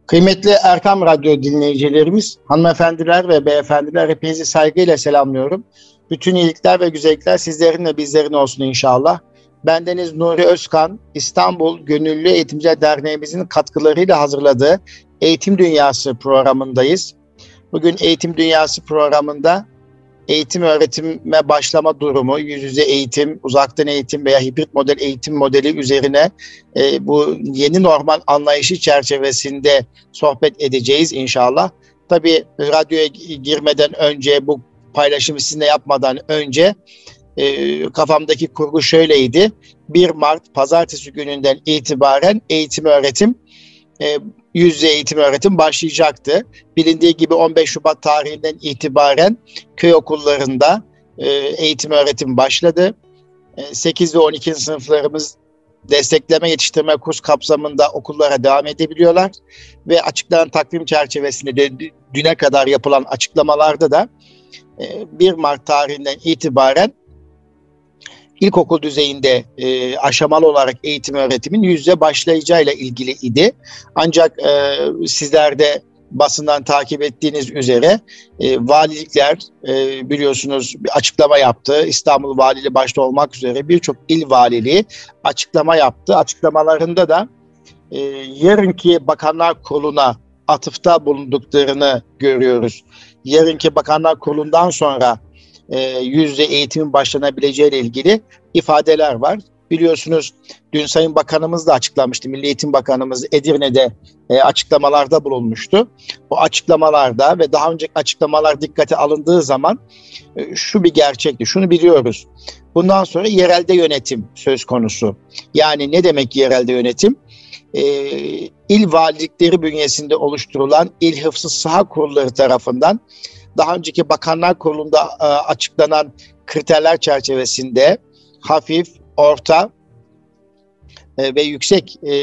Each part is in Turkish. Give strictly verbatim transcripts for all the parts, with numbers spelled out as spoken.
Kıymetli Erkam Radyo dinleyicilerimiz, hanımefendiler ve beyefendiler, hepinizi saygıyla selamlıyorum. Bütün iyilikler ve güzellikler sizlerin ve bizlerin olsun inşallah. Bendeniz Nuri Özkan, İstanbul Gönüllü Eğitimciler Derneğimizin katkılarıyla hazırladığı Eğitim Dünyası programındayız. Bugün Eğitim Dünyası programında eğitim öğretime başlama durumu, yüz yüze eğitim, uzaktan eğitim veya hibrit model eğitim modeli üzerine e, bu yeni normal anlayışı çerçevesinde sohbet edeceğiz inşallah. Tabii radyoya girmeden önce, bu paylaşımı sizinle yapmadan önce e, kafamdaki kurgu şöyleydi. bir Mart Pazartesi gününden itibaren eğitim öğretim, e, yüz yüze eğitim öğretim başlayacaktı. Bilindiği gibi on beş Şubat tarihinden itibaren köy okullarında e, eğitim öğretim başladı. E, sekiz ve on ikinci sınıflarımız destekleme yetiştirme kurs kapsamında okullara devam edebiliyorlar. Ve açıklanan takvim çerçevesinde de düne kadar yapılan açıklamalarda da e, bir Mart tarihinden itibaren İlkokul düzeyinde e, aşamalı olarak eğitim öğretimin yüz yüze başlayacağıyla ilgili idi. Ancak e, sizler de basından takip ettiğiniz üzere e, valilikler e, biliyorsunuz bir açıklama yaptı. İstanbul Valiliği başta olmak üzere birçok il valiliği açıklama yaptı. Açıklamalarında da e, yarınki Bakanlar Kurulu'na atıfta bulunduklarını görüyoruz. Yarınki Bakanlar Kurulu'ndan sonra yüz yüze eğitimin başlanabileceğiyle ilgili ifadeler var. Biliyorsunuz dün Sayın Bakanımız da açıklamıştı. Milli Eğitim Bakanımız Edirne'de e, açıklamalarda bulunmuştu. Bu açıklamalarda ve daha önceki açıklamalar dikkate alındığı zaman e, şu bir gerçekti. Şunu biliyoruz. Bundan sonra yerelde yönetim söz konusu. Yani ne demek yerelde yönetim? E, il valilikleri bünyesinde oluşturulan İl Hıfzı Saha Kurulları tarafından daha önceki Bakanlar Kurulu'nda e, açıklanan kriterler çerçevesinde hafif, orta e, ve yüksek e,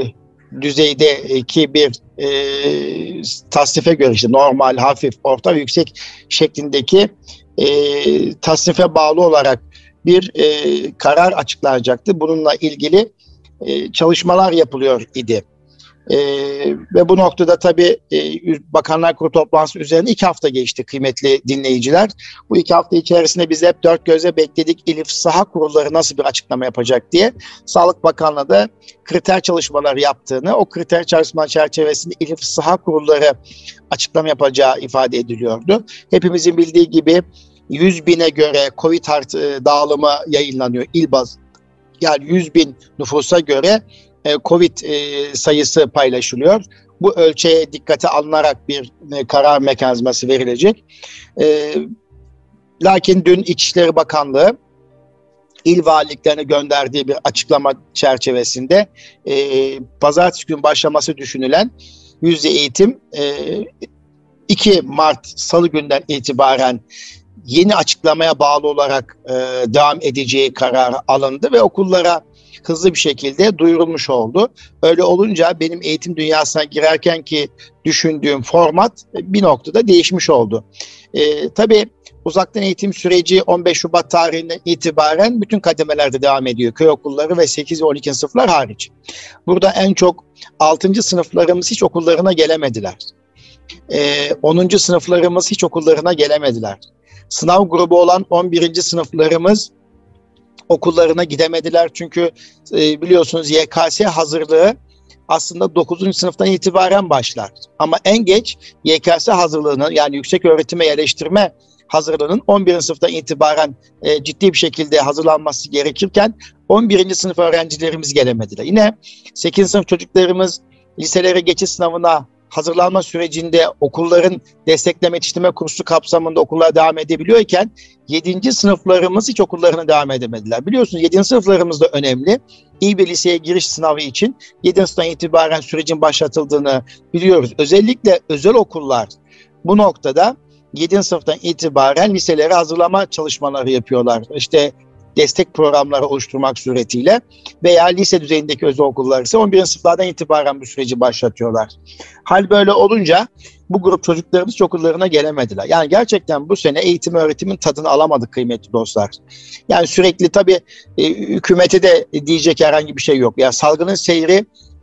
düzeydeki bir e, tasnife göre, işte normal, hafif, orta ve yüksek şeklindeki e, tasnife bağlı olarak bir e, karar açıklanacaktı. Bununla ilgili e, çalışmalar yapılıyor idi. Ee, ve bu noktada tabii e, Bakanlar Kurulu toplantısı üzerine iki hafta geçti kıymetli dinleyiciler. Bu iki hafta içerisinde biz hep dört gözle bekledik İl Hıfzı Saha Kurulları nasıl bir açıklama yapacak diye. Sağlık Bakanlığı da kriter çalışmaları yaptığını, o kriter çalışma çerçevesinde İl Hıfzı Saha Kurulları açıklama yapacağı ifade ediliyordu. Hepimizin bildiği gibi yüz bine göre Covid dağılımı yayınlanıyor il bazı. Yani yüz bin nüfusa göre Covid sayısı paylaşılıyor. Bu ölçeğe dikkate alınarak bir karar mekanizması verilecek. Lakin dün İçişleri Bakanlığı il valiliklerine gönderdiği bir açıklama çerçevesinde pazartesi günü başlaması düşünülen yüz yüze eğitim iki Mart Salı günden itibaren yeni açıklamaya bağlı olarak devam edeceği kararı alındı ve okullara hızlı bir şekilde duyurulmuş oldu. Öyle olunca benim eğitim dünyasına girerken ki düşündüğüm format bir noktada değişmiş oldu. Ee, tabii uzaktan eğitim süreci on beş Şubat tarihinden itibaren bütün kademelerde devam ediyor. Köy okulları ve sekiz ve on ikinci sınıflar hariç. Burada en çok altıncı sınıflarımız hiç okullarına gelemediler. Ee, onuncu sınıflarımız hiç okullarına gelemediler. Sınav grubu olan on birinci sınıflarımız okullarına gidemediler çünkü e, biliyorsunuz Y K S hazırlığı aslında dokuzuncu sınıftan itibaren başlar. Ama en geç Y K S hazırlığının, yani yüksek öğretime yerleştirme hazırlığının on birinci sınıftan itibaren e, ciddi bir şekilde hazırlanması gerekirken on birinci sınıf öğrencilerimiz gelemediler. Yine sekizinci sınıf çocuklarımız liselere geçiş sınavına hazırlanma sürecinde okulların destekleme yetiştirme kursu kapsamında okullara devam edebiliyorken yedinci sınıflarımız hiç okullarına devam edemediler. Biliyorsunuz yedinci sınıflarımız da önemli. İyi bir liseye giriş sınavı için yedinci sınıftan itibaren sürecin başlatıldığını biliyoruz. Özellikle özel okullar bu noktada yedinci sınıftan itibaren liselere hazırlama çalışmaları yapıyorlar. İşte destek programları oluşturmak suretiyle veya lise düzeyindeki özel okullar ise on birinci sınıflardan itibaren bu süreci başlatıyorlar. Hal böyle olunca bu grup çocuklarımız okullarına gelemediler. Yani gerçekten bu sene eğitim öğretimin tadını alamadık kıymetli dostlar. Yani sürekli tabii e, hükümete de diyecek herhangi bir şey yok. Yani salgının seyri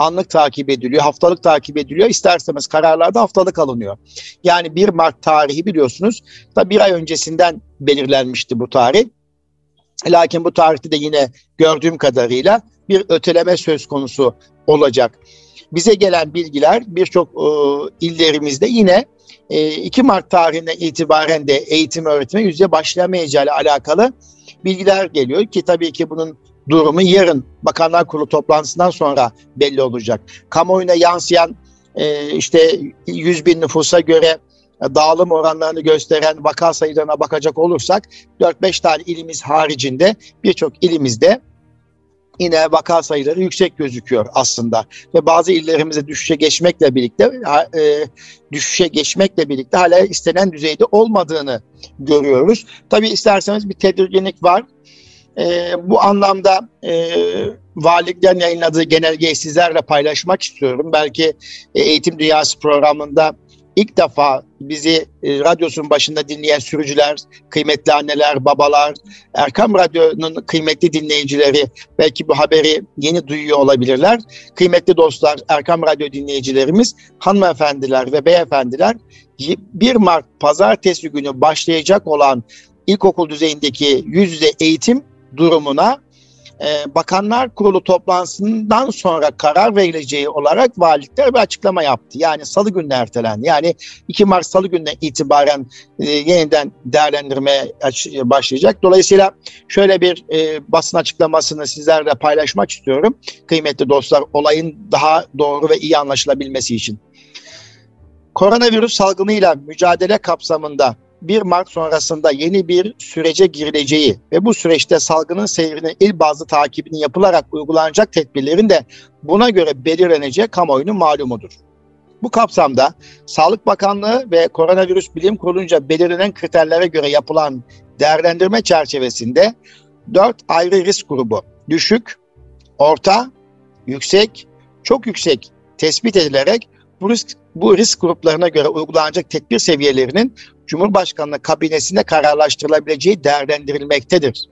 anlık takip ediliyor, haftalık takip ediliyor. İsterseniz kararlarda haftalık alınıyor. Yani bir Mart tarihi biliyorsunuz da bir ay öncesinden belirlenmişti bu tarih. Lakin bu tarihte de yine gördüğüm kadarıyla bir öteleme söz konusu olacak. Bize gelen bilgiler birçok e, illerimizde yine e, iki Mart tarihine itibaren de eğitim öğretime yüzde başlamayacağı ile alakalı bilgiler geliyor ki tabii ki bunun durumu yarın Bakanlar Kurulu toplantısından sonra belli olacak. Kamuoyuna yansıyan e, işte yüz bin nüfusa göre dağılım oranlarını gösteren vaka sayılarına bakacak olursak dört beş tane ilimiz haricinde birçok ilimizde yine vaka sayıları yüksek gözüküyor aslında ve bazı illerimizde düşüşe geçmekle birlikte e, düşüşe geçmekle birlikte hala istenen düzeyde olmadığını görüyoruz. Tabii isterseniz bir tedirginlik var. E, bu anlamda e, valiliklerin yayınladığı genelgeyi sizlerle paylaşmak istiyorum. Belki e, Eğitim Dünyası programında İlk defa bizi e, radyosunun başında dinleyen sürücüler, kıymetli anneler, babalar, Erkam Radyo'nun kıymetli dinleyicileri belki bu haberi yeni duyuyor olabilirler. Kıymetli dostlar, Erkam Radyo dinleyicilerimiz, hanımefendiler ve beyefendiler, bir Mart pazartesi günü başlayacak olan ilkokul düzeyindeki yüz yüze eğitim durumuna Bakanlar Kurulu toplantısından sonra karar verileceği olarak valilikler bir açıklama yaptı. Yani salı gününe ertelendi. Yani iki Mart salı gününe itibaren e, yeniden değerlendirmeye başlayacak. Dolayısıyla şöyle bir e, basın açıklamasını sizlerle paylaşmak istiyorum. Kıymetli dostlar, olayın daha doğru ve iyi anlaşılabilmesi için. Koronavirüs salgınıyla mücadele kapsamında bir Mart sonrasında yeni bir sürece girileceği ve bu süreçte salgının seyrinin il bazlı takibinin yapılarak uygulanacak tedbirlerin de buna göre belirleneceği kamuoyunun malumudur. Bu kapsamda Sağlık Bakanlığı ve Koronavirüs Bilim Kurulu'nca belirlenen kriterlere göre yapılan değerlendirme çerçevesinde dört ayrı risk grubu düşük, orta, yüksek, çok yüksek tespit edilerek bu risk, bu risk gruplarına göre uygulanacak tedbir seviyelerinin Cumhurbaşkanlığı kabinesinde kararlaştırılabileceği değerlendirilmektedir.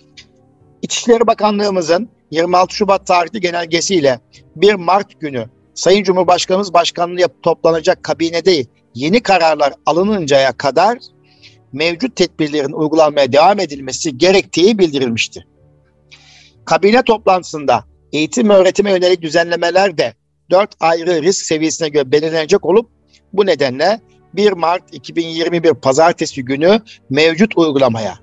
İçişleri Bakanlığımızın yirmi altı Şubat tarihli genelgesiyle bir Mart günü Sayın Cumhurbaşkanımız başkanlığı yapıp toplanacak kabinede yeni kararlar alınıncaya kadar mevcut tedbirlerin uygulanmaya devam edilmesi gerektiği bildirilmişti. Kabine toplantısında eğitim öğretime yönelik düzenlemeler de dört ayrı risk seviyesine göre belirlenecek olup bu nedenle bir Mart iki bin yirmi bir pazartesi günü mevcut uygulamaya,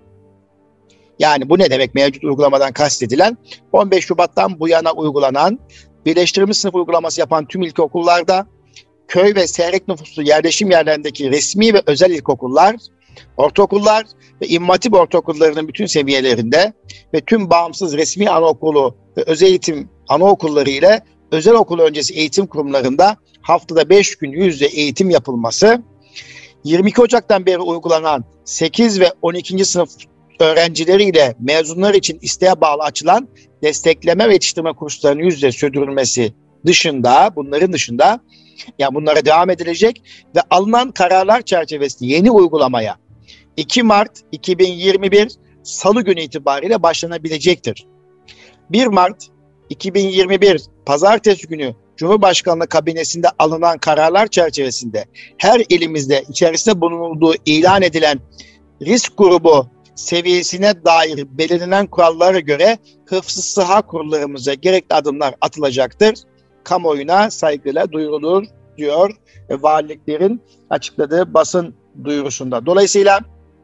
yani bu ne demek mevcut uygulamadan kastedilen, on beş Şubat'tan bu yana uygulanan birleştirilmiş sınıf uygulaması yapan tüm ilkokullarda, köy ve seyrek nüfuslu yerleşim yerlerindeki resmi ve özel ilkokullar, ortaokullar ve İmam Hatip ortaokullarının bütün seviyelerinde ve tüm bağımsız resmi anaokulu ve özel eğitim anaokulları ile özel okul öncesi eğitim kurumlarında haftada beş gün yüz yüze eğitim yapılması, yirmi iki Ocak'tan beri uygulanan sekiz ve on ikinci sınıf öğrencileriyle mezunlar için isteğe bağlı açılan destekleme ve yetiştirme kurslarının yüz yüze sürdürülmesi dışında, bunların dışında, yani bunlara devam edilecek ve alınan kararlar çerçevesinde yeni uygulamaya iki Mart iki bin yirmi bir Salı günü itibariyle başlanabilecektir. bir Mart iki bin yirmi bir Pazartesi günü Cumhurbaşkanlığı kabinesinde alınan kararlar çerçevesinde her ilimizde içerisinde bulunulduğu ilan edilen risk grubu seviyesine dair belirlenen kurallara göre hıfzı sıha kurullarımıza gerekli adımlar atılacaktır. Kamuoyuna saygıyla duyurulur diyor valiliklerin açıkladığı basın duyurusunda. Dolayısıyla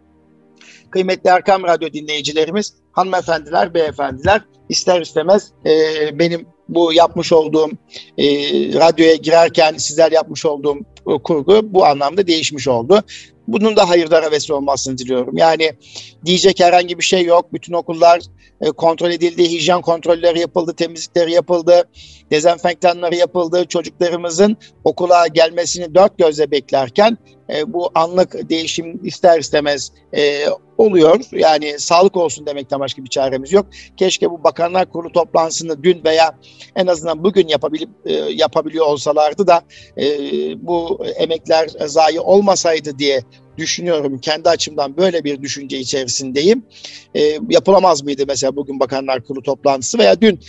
kıymetli Erkam Radyo dinleyicilerimiz, hanımefendiler, beyefendiler, ister istemez e, benim bu yapmış olduğum e, radyoya girerken sizler yapmış olduğum e, kurgu bu anlamda değişmiş oldu. Bunun da hayırlara vesile olmasını diliyorum. Yani diyecek herhangi bir şey yok. Bütün okullar e, kontrol edildi, hijyen kontrolleri yapıldı, temizlikleri yapıldı, dezenfektanları yapıldı. Çocuklarımızın okula gelmesini dört gözle beklerken e, bu anlık değişim ister istemez e, oluyor. Yani sağlık olsun demekten başka bir çaremiz yok. Keşke bu Bakanlar Kurulu toplantısını dün veya en azından bugün yapabilip e, yapabiliyor olsalardı da e, bu emekler zayi olmasaydı diye düşünüyorum. Kendi açımdan böyle bir düşünce içerisindeyim. E, yapılamaz mıydı mesela bugün Bakanlar Kurulu toplantısı veya dün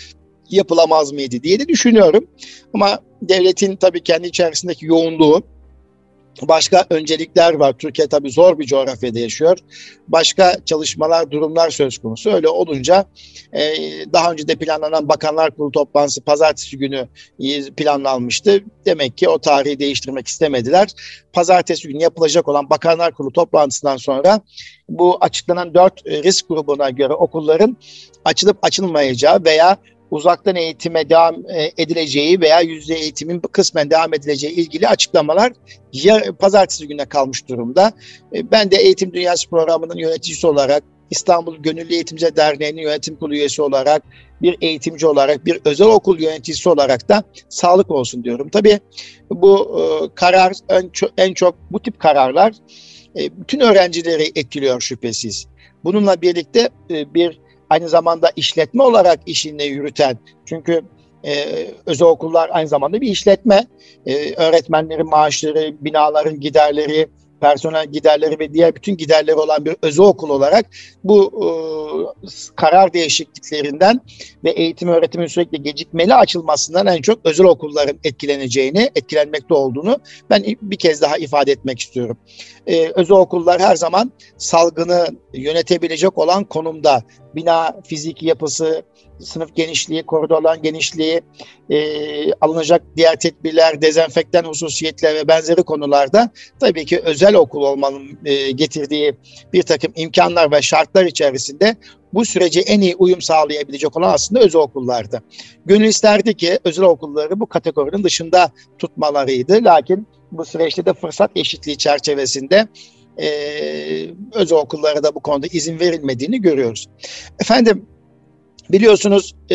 yapılamaz mıydı diye de düşünüyorum. Ama devletin tabii kendi içerisindeki yoğunluğu, başka öncelikler var. Türkiye tabii zor bir coğrafyada yaşıyor. Başka çalışmalar, durumlar söz konusu. Öyle olunca e, daha önce de planlanan Bakanlar Kurulu toplantısı pazartesi günü planlanmıştı. Demek ki o tarihi değiştirmek istemediler. Pazartesi günü yapılacak olan Bakanlar Kurulu toplantısından sonra bu açıklanan dört risk grubuna göre okulların açılıp açılmayacağı veya uzaktan eğitime devam edileceği veya yüzde eğitimin kısmen devam edileceği ilgili açıklamalar ya, pazartesi gününe kalmış durumda. Ben de Eğitim Dünyası programının yöneticisi olarak, İstanbul Gönüllü Eğitimciler Derneği'nin yönetim kurulu üyesi olarak, bir eğitimci olarak, bir özel okul yöneticisi olarak da sağlık olsun diyorum. Tabii bu e, karar en çok, en çok bu tip kararlar e, bütün öğrencileri etkiliyor şüphesiz. Bununla birlikte e, bir aynı zamanda işletme olarak işini yürüten, çünkü e, özel okullar aynı zamanda bir işletme, e, öğretmenlerin maaşları, binaların giderleri, personel giderleri ve diğer bütün giderleri olan bir özel okul olarak bu e, karar değişikliklerinden ve eğitim öğretimin sürekli gecikmeli açılmasından en çok özel okulların etkileneceğini, etkilenmekte olduğunu ben bir kez daha ifade etmek istiyorum. E, özel okullar her zaman salgını yönetebilecek olan konumda. Bina fiziki yapısı, sınıf genişliği, koridorların genişliği, e, alınacak diğer tedbirler, dezenfektan hususiyetler ve benzeri konularda tabii ki özel okul olmanın e, getirdiği bir takım imkanlar ve şartlar içerisinde bu sürece en iyi uyum sağlayabilecek olan aslında özel okullardı. Gönül isterdi ki özel okulları bu kategorinin dışında tutmalarıydı. Lakin bu süreçte de fırsat eşitliği çerçevesinde Ee, özel okullara da bu konuda izin verilmediğini görüyoruz. Efendim biliyorsunuz e,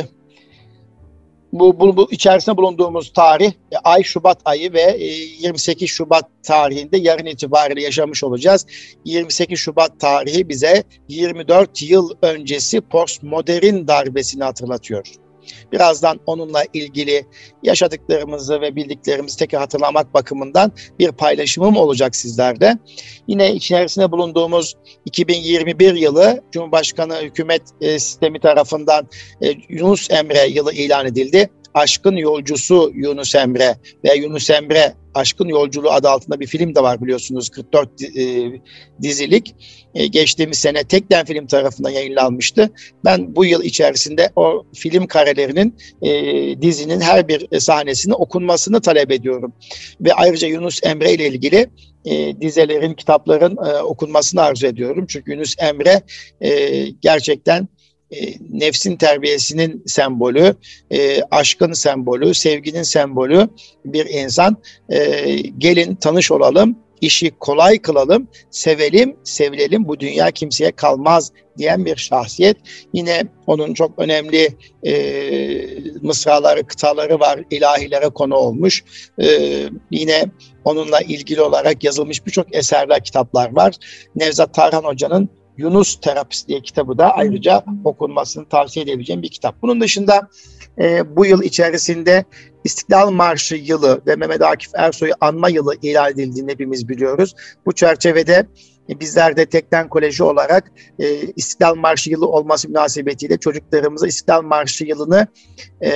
bu, bu, bu içerisinde bulunduğumuz tarih e, ay Şubat ayı ve e, yirmi sekiz Şubat tarihinde yarın itibariyle yaşamış olacağız. yirmi sekiz Şubat tarihi bize yirmi dört yıl öncesi postmodern darbesini hatırlatıyor. Birazdan onunla ilgili yaşadıklarımızı ve bildiklerimizi tekrar hatırlamak bakımından bir paylaşımım olacak sizlerde. Yine içerisinde bulunduğumuz iki bin yirmi bir yılı Cumhurbaşkanı hükümet e, sistemi tarafından e, Yunus Emre yılı ilan edildi. Aşkın Yolcusu Yunus Emre ve Yunus Emre Aşkın Yolculuğu adı altında bir film de var biliyorsunuz, kırk dört e, dizilik. E, geçtiğimiz sene Tekden Film tarafından yayınlanmıştı. Ben bu yıl içerisinde o film karelerinin e, dizinin her bir sahnesini okunmasını talep ediyorum. Ve ayrıca Yunus Emre ile ilgili e, dizelerin, kitapların e, okunmasını arzu ediyorum. Çünkü Yunus Emre e, gerçekten E, nefsin terbiyesinin sembolü, e, aşkın sembolü, sevginin sembolü bir insan. E, gelin tanış olalım, işi kolay kılalım, sevelim, sevilelim, bu dünya kimseye kalmaz diyen bir şahsiyet. Yine onun çok önemli e, mısraları, kıtaları var, ilahilere konu olmuş. E, yine onunla ilgili olarak yazılmış birçok eserler, kitaplar var. Nevzat Tarhan Hoca'nın Yunus Terapisi diye kitabı da ayrıca okunmasını tavsiye edebileceğim bir kitap. Bunun dışında e, bu yıl içerisinde İstiklal Marşı yılı ve Mehmet Akif Ersoy'u anma yılı ilan edildiğini hepimiz biliyoruz. Bu çerçevede e, bizler de Tekden Koleji olarak e, İstiklal Marşı yılı olması münasebetiyle çocuklarımıza İstiklal Marşı yılını e,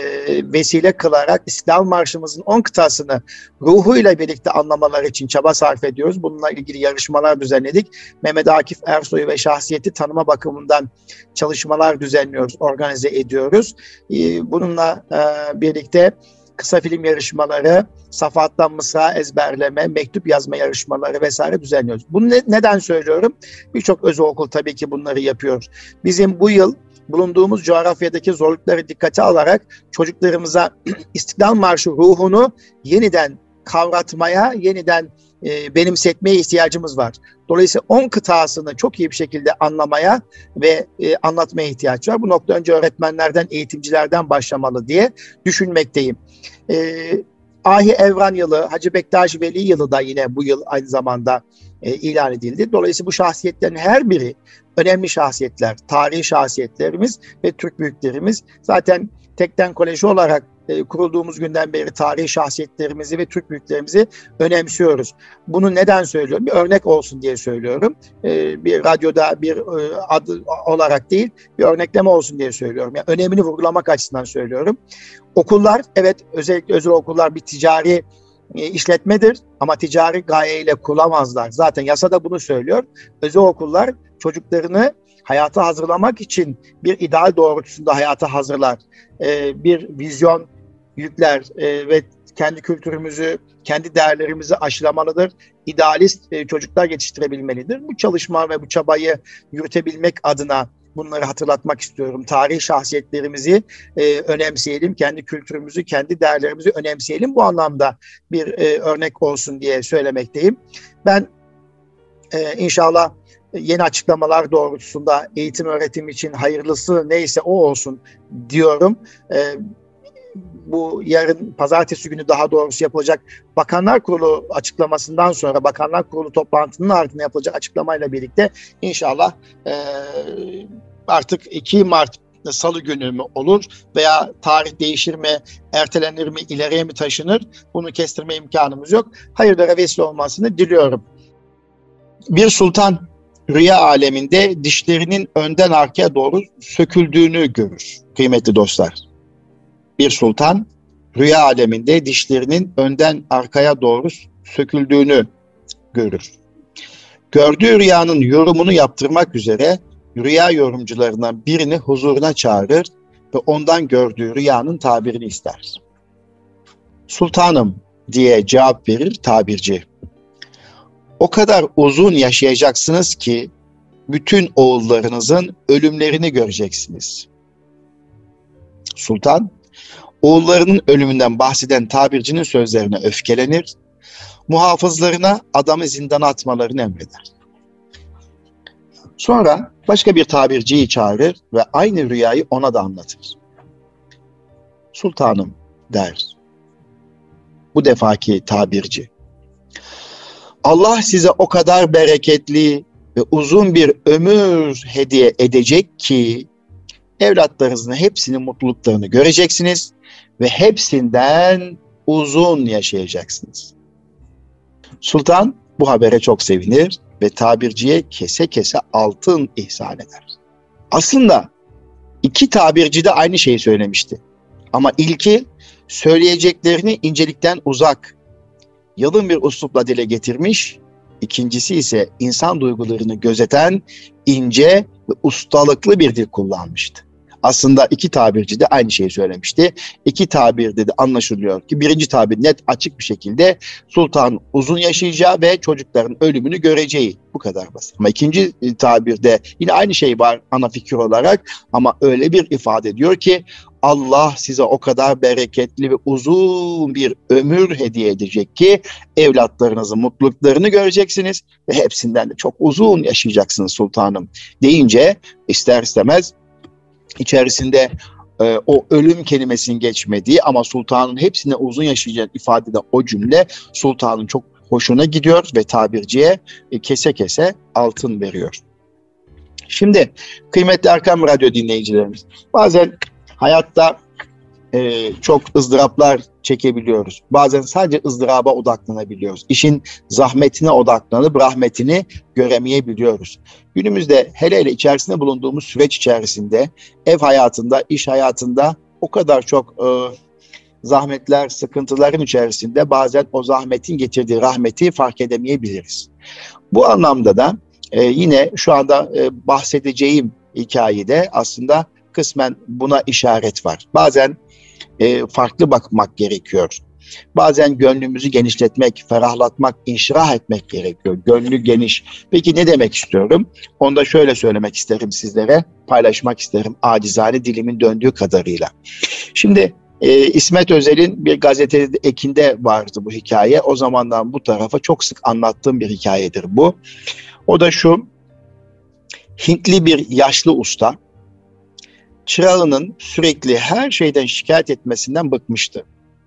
vesile kılarak İstiklal Marşımızın on kıtasını ruhuyla birlikte anlamaları için çaba sarf ediyoruz. Bununla ilgili yarışmalar düzenledik. Mehmet Akif Ersoy'u ve şahsiyeti tanıma bakımından çalışmalar düzenliyoruz, organize ediyoruz. E, bununla e, birlikte kısa film yarışmaları, safahattan mısra ezberleme, mektup yazma yarışmaları vesaire düzenliyoruz. Bunu ne, neden söylüyorum? Birçok özel okul tabii ki bunları yapıyor. Bizim bu yıl bulunduğumuz coğrafyadaki zorlukları dikkate alarak çocuklarımıza İstiklal Marşı ruhunu yeniden kavratmaya, yeniden e, benimsetmeye ihtiyacımız var. Dolayısıyla on kıtasını çok iyi bir şekilde anlamaya ve e, anlatmaya ihtiyaç var. Bu nokta önce öğretmenlerden, eğitimcilerden başlamalı diye düşünmekteyim. E, Ahi Evran yılı, Hacı Bektaş Veli yılı da yine bu yıl aynı zamanda e, ilan edildi. Dolayısıyla bu şahsiyetlerin her biri önemli şahsiyetler, tarihi şahsiyetlerimiz ve Türk büyüklerimiz. Zaten Tekden Koleji olarak e, kurulduğumuz günden beri tarihi şahsiyetlerimizi ve Türk büyüklerimizi önemsiyoruz. Bunu neden söylüyorum? Bir örnek olsun diye söylüyorum. E, bir radyoda bir e, adı olarak değil, bir örnekleme olsun diye söylüyorum. Yani önemini vurgulamak açısından söylüyorum. Okullar, evet, özellikle özel okullar bir ticari e, işletmedir ama ticari gayeyle kurulamazlar. Zaten yasa da bunu söylüyor. Özel okullar çocuklarını hayata hazırlamak için bir ideal doğrultusunda hayata hazırlar. E, bir vizyon yükler e, ve kendi kültürümüzü, kendi değerlerimizi aşılamalıdır. İdealist e, çocuklar yetiştirebilmelidir. Bu çalışma ve bu çabayı yürütebilmek adına bunları hatırlatmak istiyorum. Tarihi şahsiyetlerimizi e, önemseyelim, kendi kültürümüzü, kendi değerlerimizi önemseyelim. Bu anlamda bir e, örnek olsun diye söylemekteyim. Ben e, inşallah yeni açıklamalar doğrultusunda eğitim öğretim için hayırlısı neyse o olsun diyorum. E, bu yarın pazartesi günü daha doğrusu yapılacak Bakanlar Kurulu açıklamasından sonra Bakanlar Kurulu toplantının ardından yapılacak açıklamayla birlikte inşallah e, artık iki Mart Salı günü mü olur veya tarih değişir mi, ertelenir mi, ileriye mi taşınır, bunu kestirme imkanımız yok. Hayırlara vesile olmasını diliyorum. Bir sultan rüya aleminde dişlerinin önden arkaya doğru söküldüğünü görür kıymetli dostlar. Bir sultan rüya aleminde dişlerinin önden arkaya doğru söküldüğünü görür. Gördüğü rüyanın yorumunu yaptırmak üzere rüya yorumcularından birini huzuruna çağırır ve ondan gördüğü rüyanın tabirini ister. Sultanım diye cevap verir tabirci. O kadar uzun yaşayacaksınız ki bütün oğullarınızın ölümlerini göreceksiniz. Sultan, oğullarının ölümünden bahseden tabircinin sözlerine öfkelenir, muhafızlarına adamı zindana atmalarını emreder. Sonra başka bir tabirciyi çağırır ve aynı rüyayı ona da anlatır. Sultanım der bu defaki tabirci. Allah size o kadar bereketli ve uzun bir ömür hediye edecek ki evlatlarınızın hepsinin mutluluklarını göreceksiniz ve hepsinden uzun yaşayacaksınız. Sultan bu habere çok sevinir ve tabirciye kese kese altın ihsan eder. Aslında iki tabirci de aynı şeyi söylemişti. Ama ilki söyleyeceklerini incelikten uzak, yalın bir üslupla dile getirmiş, ikincisi ise insan duygularını gözeten ince ve ustalıklı bir dil kullanmıştı. Aslında iki tabirci de aynı şeyi söylemişti. İki tabirde de anlaşılıyor ki birinci tabir net açık bir şekilde sultan uzun yaşayacağı ve çocukların ölümünü göreceği, bu kadar basit. Ama ikinci tabirde yine aynı şey var ana fikir olarak ama öyle bir ifade ediyor ki Allah size o kadar bereketli ve uzun bir ömür hediye edecek ki evlatlarınızın mutluluklarını göreceksiniz ve hepsinden de çok uzun yaşayacaksınız sultanım deyince ister istemez içerisinde e, o ölüm kelimesinin geçmediği ama sultanın hepsine uzun yaşayacağını ifade eden o cümle sultanın çok hoşuna gidiyor ve tabirciye e, kese kese altın veriyor. Şimdi kıymetli Erkam Radyo dinleyicilerimiz, bazen hayatta e, çok ızdıraplar çekebiliyoruz. Bazen sadece ızdıraba odaklanabiliyoruz. İşin zahmetine odaklanıp rahmetini göremeyebiliyoruz. Günümüzde hele hele içerisinde bulunduğumuz süreç içerisinde ev hayatında, iş hayatında o kadar çok e, zahmetler, sıkıntıların içerisinde bazen o zahmetin getirdiği rahmeti fark edemeyebiliriz. Bu anlamda da e, yine şu anda e, bahsedeceğim hikayede aslında kısmen buna işaret var. Bazen e, farklı bakmak gerekiyor. Bazen gönlümüzü genişletmek, ferahlatmak, inşirah etmek gerekiyor. Gönlü geniş. Peki ne demek istiyorum? Onu da şöyle söylemek isterim sizlere, paylaşmak isterim acizane dilimin döndüğü kadarıyla. Şimdi e, İsmet Özel'in bir gazetede ekinde vardı bu hikaye. O zamandan bu tarafa çok sık anlattığım bir hikayedir bu. O da şu: Hintli bir yaşlı usta çırağının sürekli her şeyden şikayet etmesinden bıkmıştı.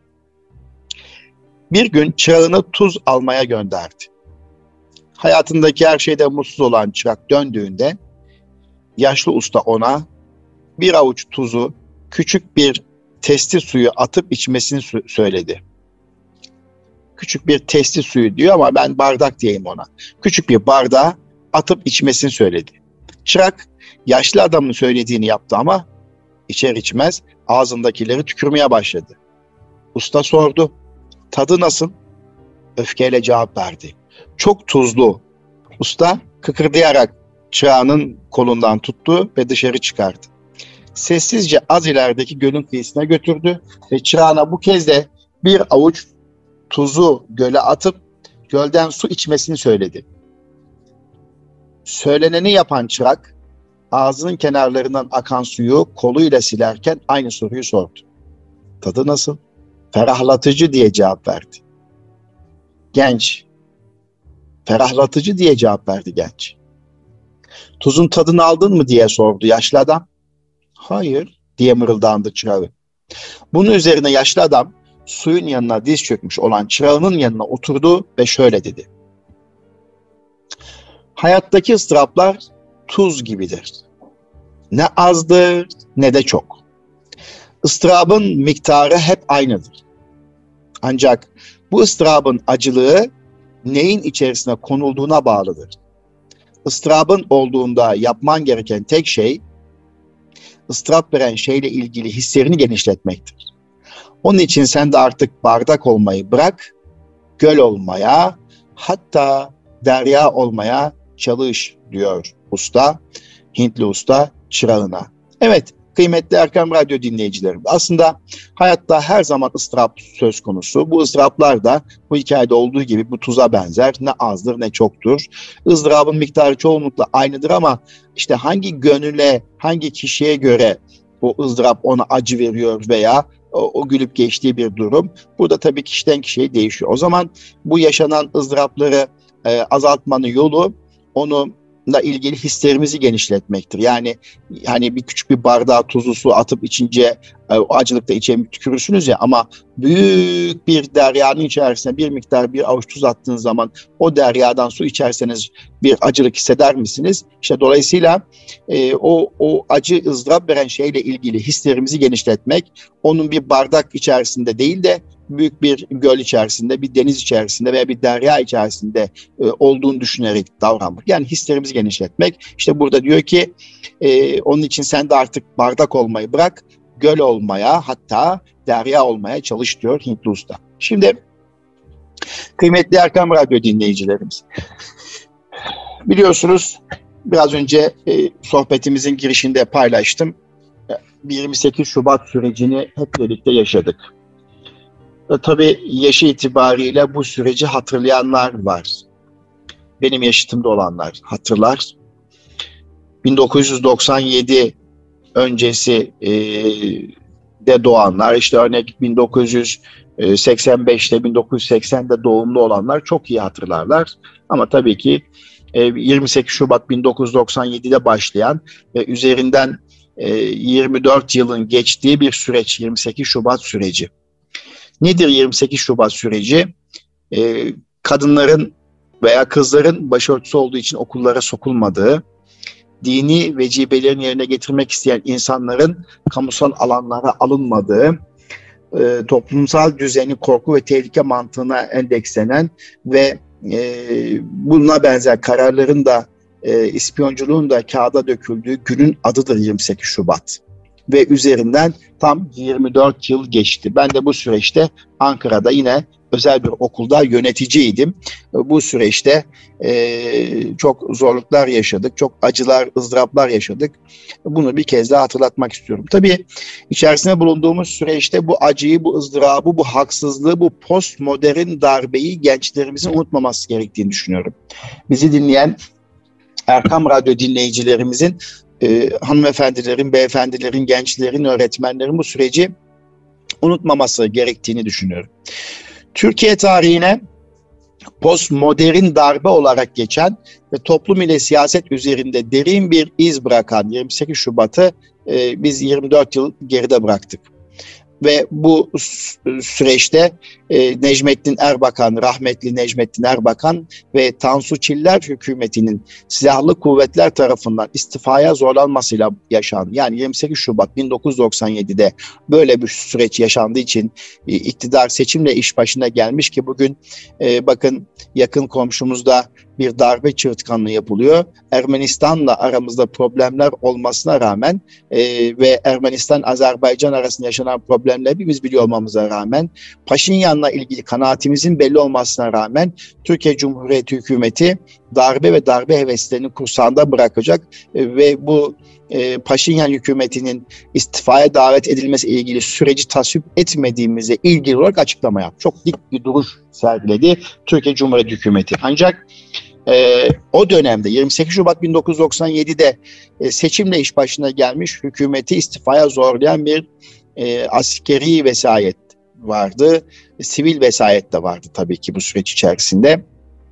Bir gün çırağını tuz almaya gönderdi. Hayatındaki her şeyden mutsuz olan çırak döndüğünde yaşlı usta ona bir avuç tuzu küçük bir testi suyu atıp içmesini söyledi. Küçük bir testi suyu diyor ama ben bardak diyeyim ona. Küçük bir bardağı atıp içmesini söyledi. Çırak yaşlı adamın söylediğini yaptı ama içer içmez ağzındakileri tükürmeye başladı. Usta sordu. Tadı nasıl? Öfkeyle cevap verdi. Çok tuzlu. Usta kıkırdayarak çırağının kolundan tuttu ve dışarı çıkardı. Sessizce az ilerideki gölün kıyısına götürdü ve çırağına bu kez de bir avuç tuzu göle atıp gölden su içmesini söyledi. Söyleneni yapan çırak ağzının kenarlarından akan suyu koluyla silerken aynı soruyu sordu. Tadı nasıl? Ferahlatıcı diye cevap verdi. Genç. Ferahlatıcı diye cevap verdi genç. Tuzun tadını aldın mı diye sordu yaşlı adam. Hayır diye mırıldandı çırağı. Bunun üzerine yaşlı adam suyun yanına diz çökmüş olan çırağının yanına oturdu ve şöyle dedi. Hayattaki ıstıraplar tuz gibidir. Ne azdır ne de çok. Istırabın miktarı hep aynıdır. Ancak bu ıstırabın acılığı neyin içerisine konulduğuna bağlıdır. Istırabın olduğunda yapman gereken tek şey, ıstırap veren şeyle ilgili hislerini genişletmektir. Onun için sen de artık bardak olmayı bırak, göl olmaya, hatta derya olmaya çalış diyor usta, Hintli usta çırağına. Evet, kıymetli Erkam Radyo dinleyicilerim, aslında hayatta her zaman ıstırap söz konusu. Bu ıstıraplar da bu hikayede olduğu gibi bu tuza benzer. Ne azdır ne çoktur. Izdırabın miktarı çoğunlukla aynıdır ama işte hangi gönüle, hangi kişiye göre o ızdırap ona acı veriyor veya o, o gülüp geçtiği bir durum. Burada tabii kişiden kişiye değişiyor. O zaman bu yaşanan ızdırapları e, azaltmanın yolu onu la ilgili hislerimizi genişletmektir. Yani hani bir küçük bir bardağa tuzlu su atıp içince e, o acılıkta içe tükürürsünüz ya, ama büyük bir deryanın içerisine bir miktar bir avuç tuz attığınız zaman o deryadan su içerseniz bir acılık hisseder misiniz? İşte dolayısıyla e, o o acı ızdırap veren şeyle ilgili hislerimizi genişletmek, onun bir bardak içerisinde değil de büyük bir göl içerisinde, bir deniz içerisinde veya bir derya içerisinde e, olduğunu düşünerek davranmak. Yani hislerimizi genişletmek. İşte burada diyor ki e, onun için sen de artık bardak olmayı bırak, göl olmaya, hatta derya olmaya çalış diyor Hintli usta. Şimdi kıymetli Erkam Radyo dinleyicilerimiz, biliyorsunuz biraz önce e, sohbetimizin girişinde paylaştım. yirmi sekiz Şubat sürecini hep birlikte yaşadık. E, tabii yaşı itibariyle bu süreci hatırlayanlar var. Benim yaşıtımda olanlar hatırlar. bin dokuz yüz doksan yedi öncesi e, de doğanlar, işte örnek bin dokuz yüz seksen beşte bin dokuz yüz seksende doğumlu olanlar çok iyi hatırlarlar. Ama tabii ki e, yirmi sekiz Şubat bin dokuz yüz doksan yedide başlayan ve üzerinden e, yirmi dört yılın geçtiği bir süreç, yirmi sekiz Şubat süreci. Nedir yirmi sekiz Şubat süreci? Ee, kadınların veya kızların başörtüsü olduğu için okullara sokulmadığı, dini vecibelerini yerine getirmek isteyen insanların kamusal alanlara alınmadığı, e, toplumsal düzeni korku ve tehlike mantığına endekslenen ve e, buna benzer kararların da e, ispiyonculuğun da kağıda döküldüğü günün adıdır yirmi sekiz Şubat. Ve üzerinden tam yirmi dört yıl geçti. Ben de bu süreçte Ankara'da yine özel bir okulda yöneticiydim. Bu süreçte e, çok zorluklar yaşadık, çok acılar, ızdıraplar yaşadık. Bunu bir kez daha hatırlatmak istiyorum. Tabii içerisinde bulunduğumuz süreçte bu acıyı, bu ızdırabı, bu haksızlığı, bu postmodern darbeyi gençlerimizin unutmaması gerektiğini düşünüyorum. Bizi dinleyen Erkam Radyo dinleyicilerimizin, Ee, hanımefendilerin, beyefendilerin, gençlerin, öğretmenlerin bu süreci unutmaması gerektiğini düşünüyorum. Türkiye tarihine postmodern darbe olarak geçen ve toplum ile siyaset üzerinde derin bir iz bırakan yirmi sekiz Şubat'ı e, biz yirmi dört yıl geride bıraktık. Ve bu süreçte e, Necmettin Erbakan, rahmetli Necmettin Erbakan ve Tansu Çiller hükümetinin silahlı kuvvetler tarafından istifaya zorlanmasıyla yaşandı. Yani yirmi sekiz Şubat bin dokuz yüz doksan yedi'de böyle bir süreç yaşandığı için e, iktidar seçimle iş başına gelmiş ki bugün e, bakın yakın komşumuzda bir darbe çığırtkanlığı yapılıyor. Ermenistan'la aramızda problemler olmasına rağmen e, ve Ermenistan-Azerbaycan arasında yaşanan problemleri biz biliyor olmamıza rağmen, Paşinyan'la ilgili kanaatimizin belli olmasına rağmen Türkiye Cumhuriyeti hükümeti darbe ve darbe heveslerini kursağında bırakacak e, ve bu e, Paşinyan hükümetinin istifaya davet edilmesi ile ilgili süreci tasvip etmediğimize ilgili olarak açıklama yaptı. Çok dik bir duruş sergiledi Türkiye Cumhuriyeti hükümeti. Ancak e, o dönemde yirmi sekiz Şubat bin dokuz yüz doksan yedi'de e, seçimle iş başına gelmiş hükümeti istifaya zorlayan bir e, askeri vesayet vardı. Sivil vesayet de vardı tabii ki bu süreç içerisinde.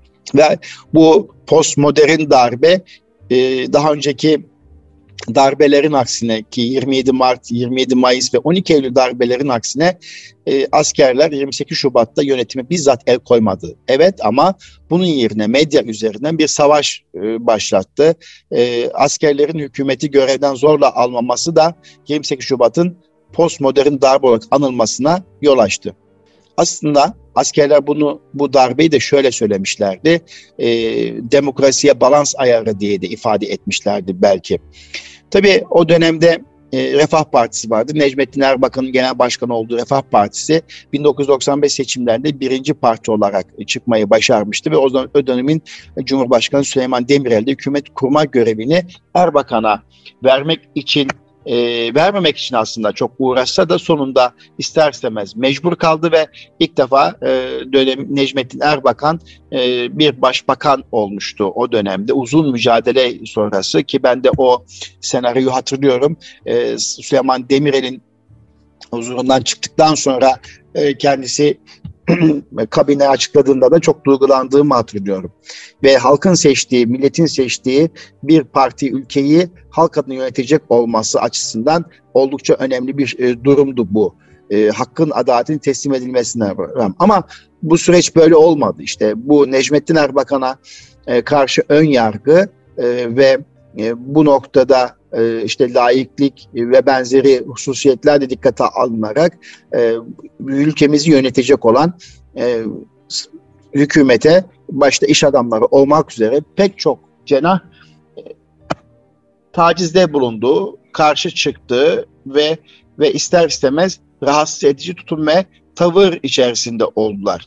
Ve bu postmodern darbe e, daha önceki darbelerin aksine ki yirmi yedi Mart, yirmi yedi Mayıs ve on iki Eylül darbelerin aksine e, askerler yirmi sekiz Şubat'ta yönetime bizzat el koymadı. Evet, ama bunun yerine medya üzerinden bir savaş e, başlattı. E, askerlerin hükümeti görevden zorla almaması da yirmi sekiz Şubat'ın postmodern darbe olarak anılmasına yol açtı. Aslında askerler bunu, bu darbeyi de şöyle söylemişlerdi. E, demokrasiye balans ayarı diye de ifade etmişlerdi belki. Tabii o dönemde e, Refah Partisi vardı. Necmettin Erbakan'ın genel başkanı olduğu Refah Partisi bin dokuz yüz doksan beş seçimlerinde birinci parti olarak çıkmayı başarmıştı ve o, o dönemin Cumhurbaşkanı Süleyman Demirel de hükümet kurma görevini Erbakan'a vermek için E, vermemek için aslında çok uğraşsa da sonunda ister istemez mecbur kaldı ve ilk defa e, dönem Necmettin Erbakan e, bir başbakan olmuştu o dönemde. Uzun mücadele sonrası ki ben de o senaryoyu hatırlıyorum. E, Süleyman Demirel'in huzurundan çıktıktan sonra e, kendisi kabine açıkladığında da çok duygulandığımı hatırlıyorum. Ve halkın seçtiği, milletin seçtiği bir parti ülkeyi halk adına yönetecek olması açısından oldukça önemli bir e, durumdu bu. E, hakkın, adaletin teslim edilmesine rağmen. Ama bu süreç böyle olmadı. İşte bu Necmettin Erbakan'a e, karşı ön yargı e, ve e, bu noktada e, işte laiklik ve benzeri hususiyetler de dikkate alınarak e, ülkemizi yönetecek olan e, hükümete başta iş adamları olmak üzere pek çok cenah e, tacizde bulundu, karşı çıktı ve ve ister istemez rahatsız edici tutum ve tavır içerisinde oldular.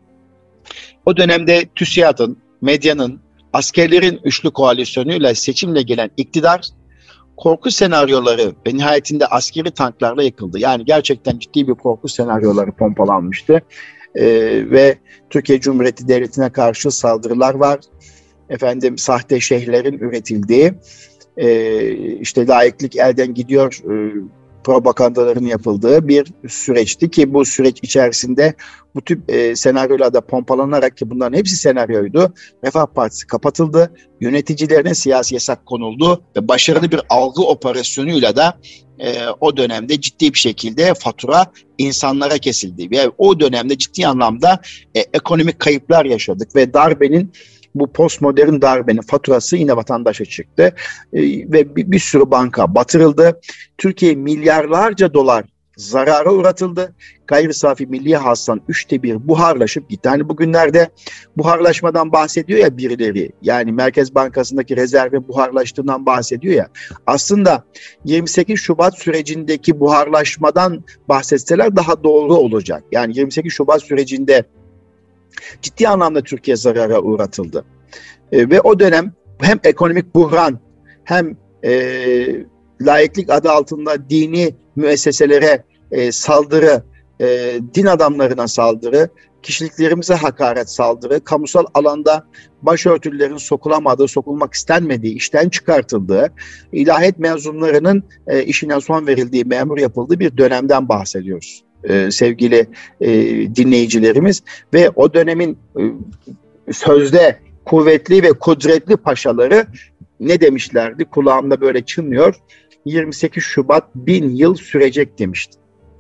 O dönemde TÜSİAD'ın, medyanın, askerlerin üçlü koalisyonuyla seçimle gelen iktidar korku senaryoları ve nihayetinde askeri tanklarla yıkıldı. Yani gerçekten ciddi bir korku senaryoları pompalanmıştı. Ee, ve Türkiye Cumhuriyeti Devleti'ne karşı saldırılar var. Efendim, sahte şeyhlerin üretildiği, e, işte laiklik elden gidiyor e, propagandaların yapıldığı bir süreçti ki bu süreç içerisinde bu tip e, senaryolarda pompalanarak, ki bunların hepsi senaryoydu, Refah Partisi kapatıldı, yöneticilerine siyasi yasak konuldu ve başarılı bir algı operasyonuyla da e, o dönemde ciddi bir şekilde fatura insanlara kesildi ve o dönemde ciddi anlamda e, ekonomik kayıplar yaşadık ve darbenin, bu postmodern darbenin faturası yine vatandaşa çıktı ee, ve bir, bir sürü banka batırıldı. Türkiye milyarlarca dolar zarara uğratıldı. Gayri safi milli hasılanın üçte bir buharlaşıp gitti. Hani bugünlerde buharlaşmadan bahsediyor ya birileri. Yani Merkez Bankası'ndaki rezervin buharlaştığından bahsediyor ya. Aslında yirmi sekiz Şubat sürecindeki buharlaşmadan bahsetseler daha doğru olacak. Yani yirmi sekiz Şubat sürecinde ciddi anlamda Türkiye zarara uğratıldı. E, ve o dönem hem ekonomik buhran hem e, laiklik adı altında dini müesseselere e, saldırı, e, din adamlarına saldırı, kişiliklerimize hakaret saldırı, kamusal alanda başörtülerin sokulamadığı, sokulmak istenmediği, işten çıkartıldığı, ilahiyat mezunlarının e, işine son verildiği, memur yapıldığı bir dönemden bahsediyoruz. Ee, sevgili e, dinleyicilerimiz ve o dönemin e, sözde kuvvetli ve kudretli paşaları ne demişlerdi? Kulağımda böyle çınlıyor. yirmi sekiz Şubat bin yıl sürecek demişti.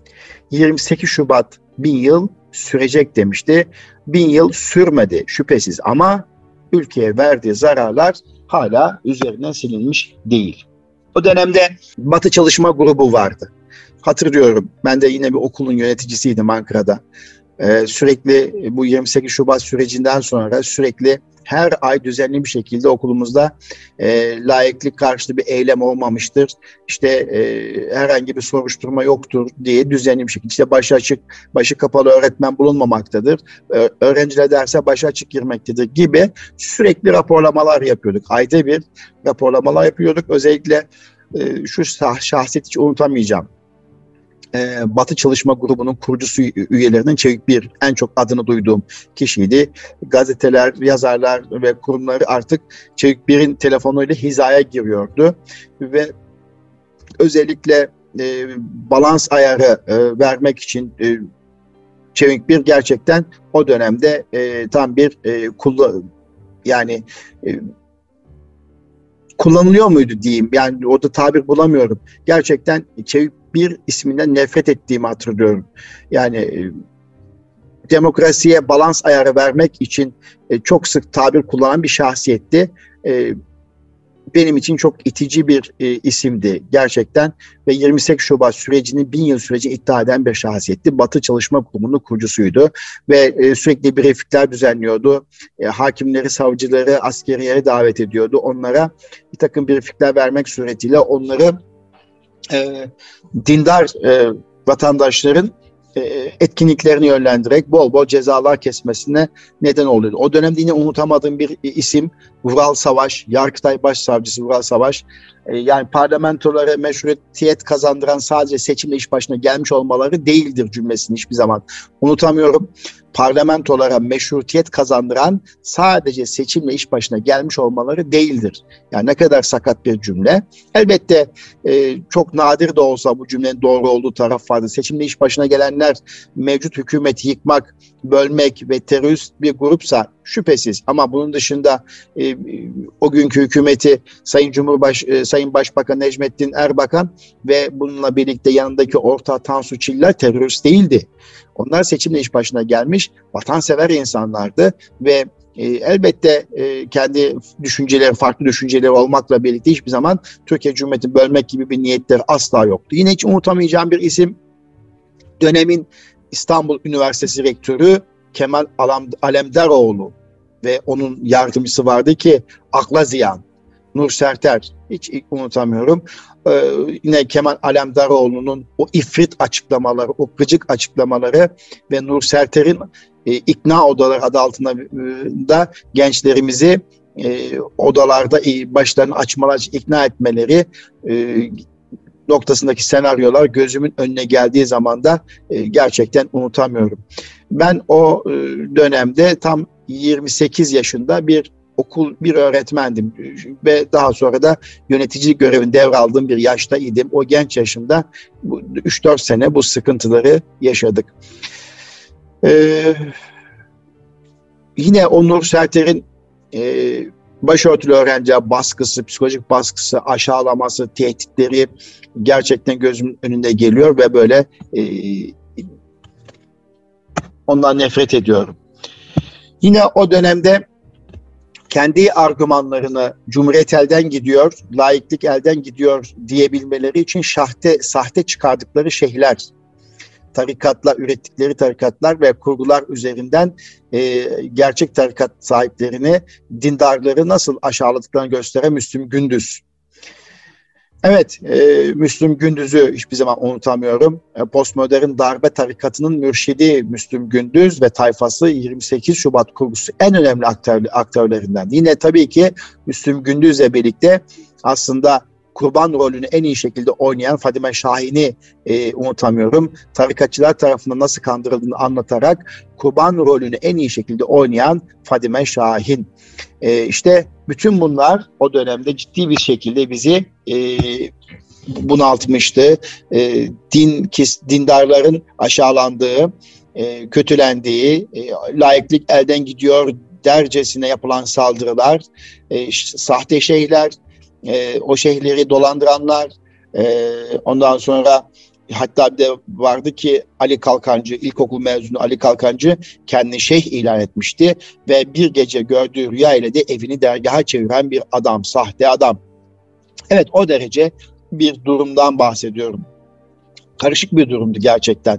yirmi sekiz Şubat bin yıl sürecek demişti. Bin yıl sürmedi şüphesiz ama ülkeye verdiği zararlar hala üzerinden silinmiş değil. O dönemde Batı Çalışma Grubu vardı. Hatırlıyorum, ben de yine bir okulun yöneticisiydim Ankara'da. Ee, sürekli bu yirmi sekiz Şubat sürecinden sonra sürekli her ay düzenli bir şekilde okulumuzda e, laiklik karşıtı bir eylem olmamıştır. İşte e, herhangi bir soruşturma yoktur diye düzenli bir şekilde işte başı açık, başı kapalı öğretmen bulunmamaktadır. E, öğrenciler derse başı açık girmektedir gibi sürekli raporlamalar yapıyorduk. Ayda bir raporlamalar yapıyorduk. Özellikle e, şu şahsiyeti hiç unutamayacağım. Batı Çalışma Grubu'nun kurucusu üyelerinin Çevik Bir en çok adını duyduğum kişiydi. Gazeteler, yazarlar ve kurumları artık Çevik Bir'in telefonuyla hizaya giriyordu ve özellikle e, balans ayarı e, vermek için e, Çevik Bir gerçekten o dönemde e, tam bir e, kullan yani e, kullanılıyor muydu diyeyim. Yani orada tabir bulamıyorum. Gerçekten Çevik Bir isminden nefret ettiğimi hatırlıyorum. Yani e, demokrasiye balans ayarı vermek için e, çok sık tabir kullanan bir şahsiyetti. E, benim için çok itici bir e, isimdi gerçekten ve yirmi sekiz Şubat sürecinin bin yıl süreci iddia eden bir şahsiyetti. Batı Çalışma Kurumu'nun kurucusuydu ve e, sürekli briefingler düzenliyordu. E, hakimleri, savcıları askeriyeye davet ediyordu. Onlara bir takım briefingler vermek suretiyle onları e, dindar e, vatandaşların e, etkinliklerini yönlendirerek bol bol cezalar kesmesine neden oluyordu. O dönemde yine unutamadığım bir isim Vural Savaş, Yargıtay Başsavcısı Vural Savaş. E, yani parlamentolara meşruiyet kazandıran sadece seçimle iş başına gelmiş olmaları değildir cümlesini hiçbir zaman unutamıyorum. Parlamentolara meşrutiyet kazandıran sadece seçimle iş başına gelmiş olmaları değildir. Yani ne kadar sakat bir cümle. Elbette e, çok nadir de olsa bu cümlenin doğru olduğu taraf vardır. Seçimle iş başına gelenler mevcut hükümeti yıkmak, bölmek ve terörist bir grupsa şüphesiz. Ama bunun dışında e, o günkü hükümeti Sayın Cumhurbaş, e, Sayın Başbakan Necmettin Erbakan ve bununla birlikte yanındaki ortağı Tansu Çiller terörist değildi. Onlar seçimle iş başına gelmiş vatansever insanlardı ve e, elbette e, kendi düşünceleri, farklı düşünceleri olmakla birlikte hiçbir zaman Türkiye Cumhuriyeti'ni bölmek gibi bir niyetleri asla yoktu. Yine hiç unutamayacağım bir isim, dönemin İstanbul Üniversitesi Rektörü Kemal Alemdaroğlu ve onun yardımcısı vardı ki akla ziyan Nur Serter, hiç unutamıyorum. Ee, yine Kemal Alemdaroğlu'nun o ifrit açıklamaları, o gıcık açıklamaları ve Nur Serter'in e, ikna odaları adı altında e, da gençlerimizi e, odalarda e, başlarını açmalar için ikna etmeleri e, noktasındaki senaryolar gözümün önüne geldiği zaman da e, gerçekten unutamıyorum. Ben o e, dönemde tam yirmi sekiz yaşında bir okul bir öğretmendim ve daha sonra da yönetici görevini devraldığım bir yaşta idim. O genç yaşımda üç dört sene bu sıkıntıları yaşadık. Ee, yine Onur Serter'in e, başörtülü öğrenciye baskısı, psikolojik baskısı, aşağılaması, tehditleri gerçekten gözümün önünde geliyor ve böyle e, ondan nefret ediyorum. Yine o dönemde kendi argümanlarını Cumhuriyet elden gidiyor, laiklik elden gidiyor diyebilmeleri için sahte, sahte çıkardıkları şeyler, tarikatlar, ürettikleri tarikatlar ve kurgular üzerinden e, gerçek tarikat sahiplerini, dindarları nasıl aşağıladıklarını gösteren Müslüm Gündüz. Evet, e, Müslüm Gündüz'ü hiçbir zaman unutamıyorum. E, postmodern darbe tarikatının mürşidi Müslüm Gündüz ve tayfası yirmi sekiz Şubat kurgusu en önemli aktör, aktörlerinden. Yine tabii ki Müslüm Gündüz'le birlikte aslında kurban rolünü en iyi şekilde oynayan Fadime Şahin'i e, unutamıyorum. Tarikatçılar tarafından nasıl kandırıldığını anlatarak kurban rolünü en iyi şekilde oynayan Fadime Şahin. E, işte bütün bunlar o dönemde ciddi bir şekilde bizi e, bunaltmıştı. E, din dindarların aşağılandığı, e, kötülendiği, e, laiklik elden gidiyor dercesine yapılan saldırılar, e, sahte şeyhler, e, o şeyhleri dolandıranlar, e, ondan sonra hatta bir de vardı ki Ali Kalkancı, ilkokul mezunu Ali Kalkancı kendini şeyh ilan etmişti ve bir gece gördüğü rüya ile de evini dergaha çeviren bir adam, sahte adam. Evet, o derece bir durumdan bahsediyorum. Karışık bir durumdu gerçekten.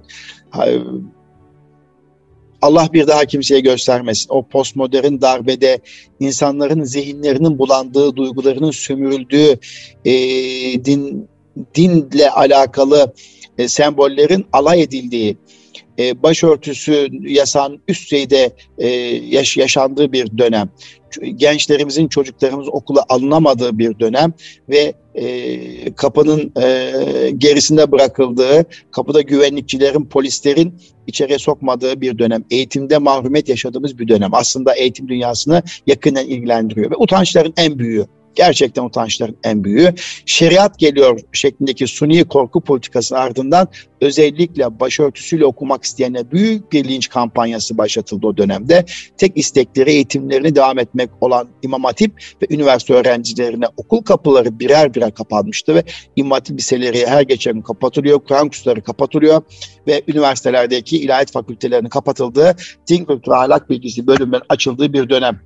Allah bir daha kimseye göstermesin. O postmodern darbede insanların zihinlerinin bulandığı, duygularının sömürüldüğü, e, din dinle alakalı e, sembollerin alay edildiği, e, başörtüsü yasağının üst düzeyde e, yaş yaşandığı bir dönem. Gençlerimizin, çocuklarımızın okula alınamadığı bir dönem ve e, kapının e, gerisinde bırakıldığı, kapıda güvenlikçilerin, polislerin içeriye sokmadığı bir dönem. Eğitimde mahrumiyet yaşadığımız bir dönem. Aslında eğitim dünyasını yakından ilgilendiriyor ve utançların en büyüğü. Gerçekten utançların en büyüğü. Şeriat geliyor şeklindeki suni korku politikasının ardından özellikle başörtüsüyle okumak isteyenler büyük bir linç kampanyası başlatıldı o dönemde. Tek istekleri eğitimlerini devam etmek olan İmam Hatip ve üniversite öğrencilerine okul kapıları birer birer kapanmıştı ve İmam Hatip liseleri her geçen gün kapatılıyor, Kur'an kursları kapatılıyor ve üniversitelerdeki ilahiyat fakültelerinin kapatıldığı, din kültürü ahlak bilgisi bölümlerinin açıldığı bir dönem.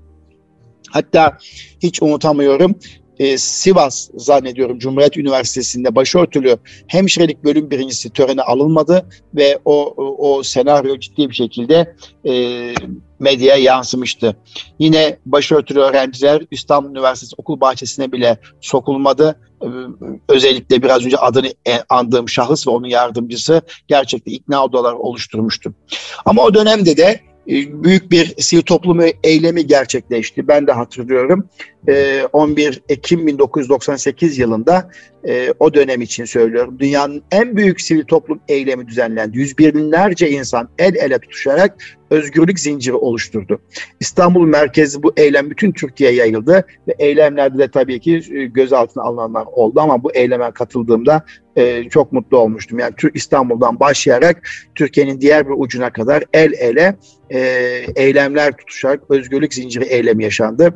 Hatta hiç unutamıyorum, e, Sivas zannediyorum Cumhuriyet Üniversitesi'nde başörtülü hemşirelik bölüm birincisi törene alınmadı ve o, o, o senaryo ciddi bir şekilde e, medyaya yansımıştı. Yine başörtülü öğrenciler İstanbul Üniversitesi okul bahçesine bile sokulmadı. Ee, özellikle biraz önce adını andığım şahıs ve onun yardımcısı gerçekten ikna odalar oluşturmuştu. Ama o dönemde de büyük bir sivil toplum eylemi gerçekleşti. Ben de hatırlıyorum. on bir Ekim bin dokuz yüz doksan sekiz yılında o dönem için söylüyorum. Dünyanın en büyük sivil toplum eylemi düzenlendi. Yüz binlerce insan el ele tutuşarak özgürlük zinciri oluşturdu. İstanbul merkezli bu eylem bütün Türkiye'ye yayıldı ve eylemlerde de tabii ki gözaltına alınanlar oldu ama bu eyleme katıldığımda e, çok mutlu olmuştum. Yani İstanbul'dan başlayarak Türkiye'nin diğer bir ucuna kadar el ele e, eylemler tutuşarak özgürlük zinciri eylemi yaşandı.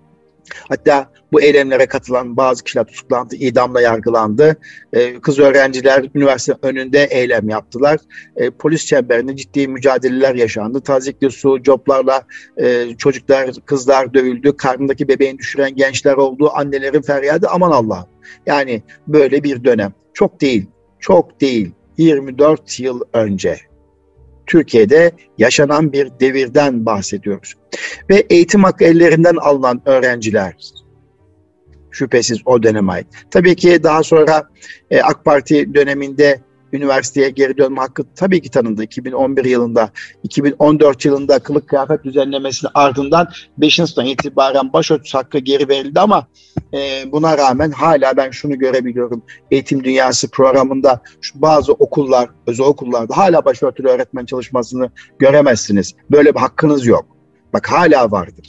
Hatta bu eylemlere katılan bazı kişiler tutuklandı, idamla yargılandı. Ee, kız öğrenciler üniversite önünde eylem yaptılar. Ee, polis çemberinde ciddi mücadeleler yaşandı. Tazikli su, coplarla e, çocuklar, kızlar dövüldü. Karnındaki bebeğini düşüren gençler oldu. Annelerin feryadı aman Allah'ım. Yani böyle bir dönem. Çok değil, çok değil. yirmi dört yıl önce Türkiye'de yaşanan bir devirden bahsediyoruz. Ve eğitim hakkı ellerinden alınan öğrenciler şüphesiz o döneme ait. Tabii ki daha sonra e, AK Parti döneminde üniversiteye geri dönme hakkı tabii ki tanındı. iki bin on bir yılında, iki bin on dört yılında kılık kıyafet düzenlemesinin ardından beşinci sınıftan itibaren başörtüsü hakkı geri verildi ama e, buna rağmen hala ben şunu görebiliyorum. Eğitim Dünyası programında şu bazı okullar, özel okullarda hala başörtülü öğretmen çalışmasını göremezsiniz. Böyle bir hakkınız yok. Bak hala vardır.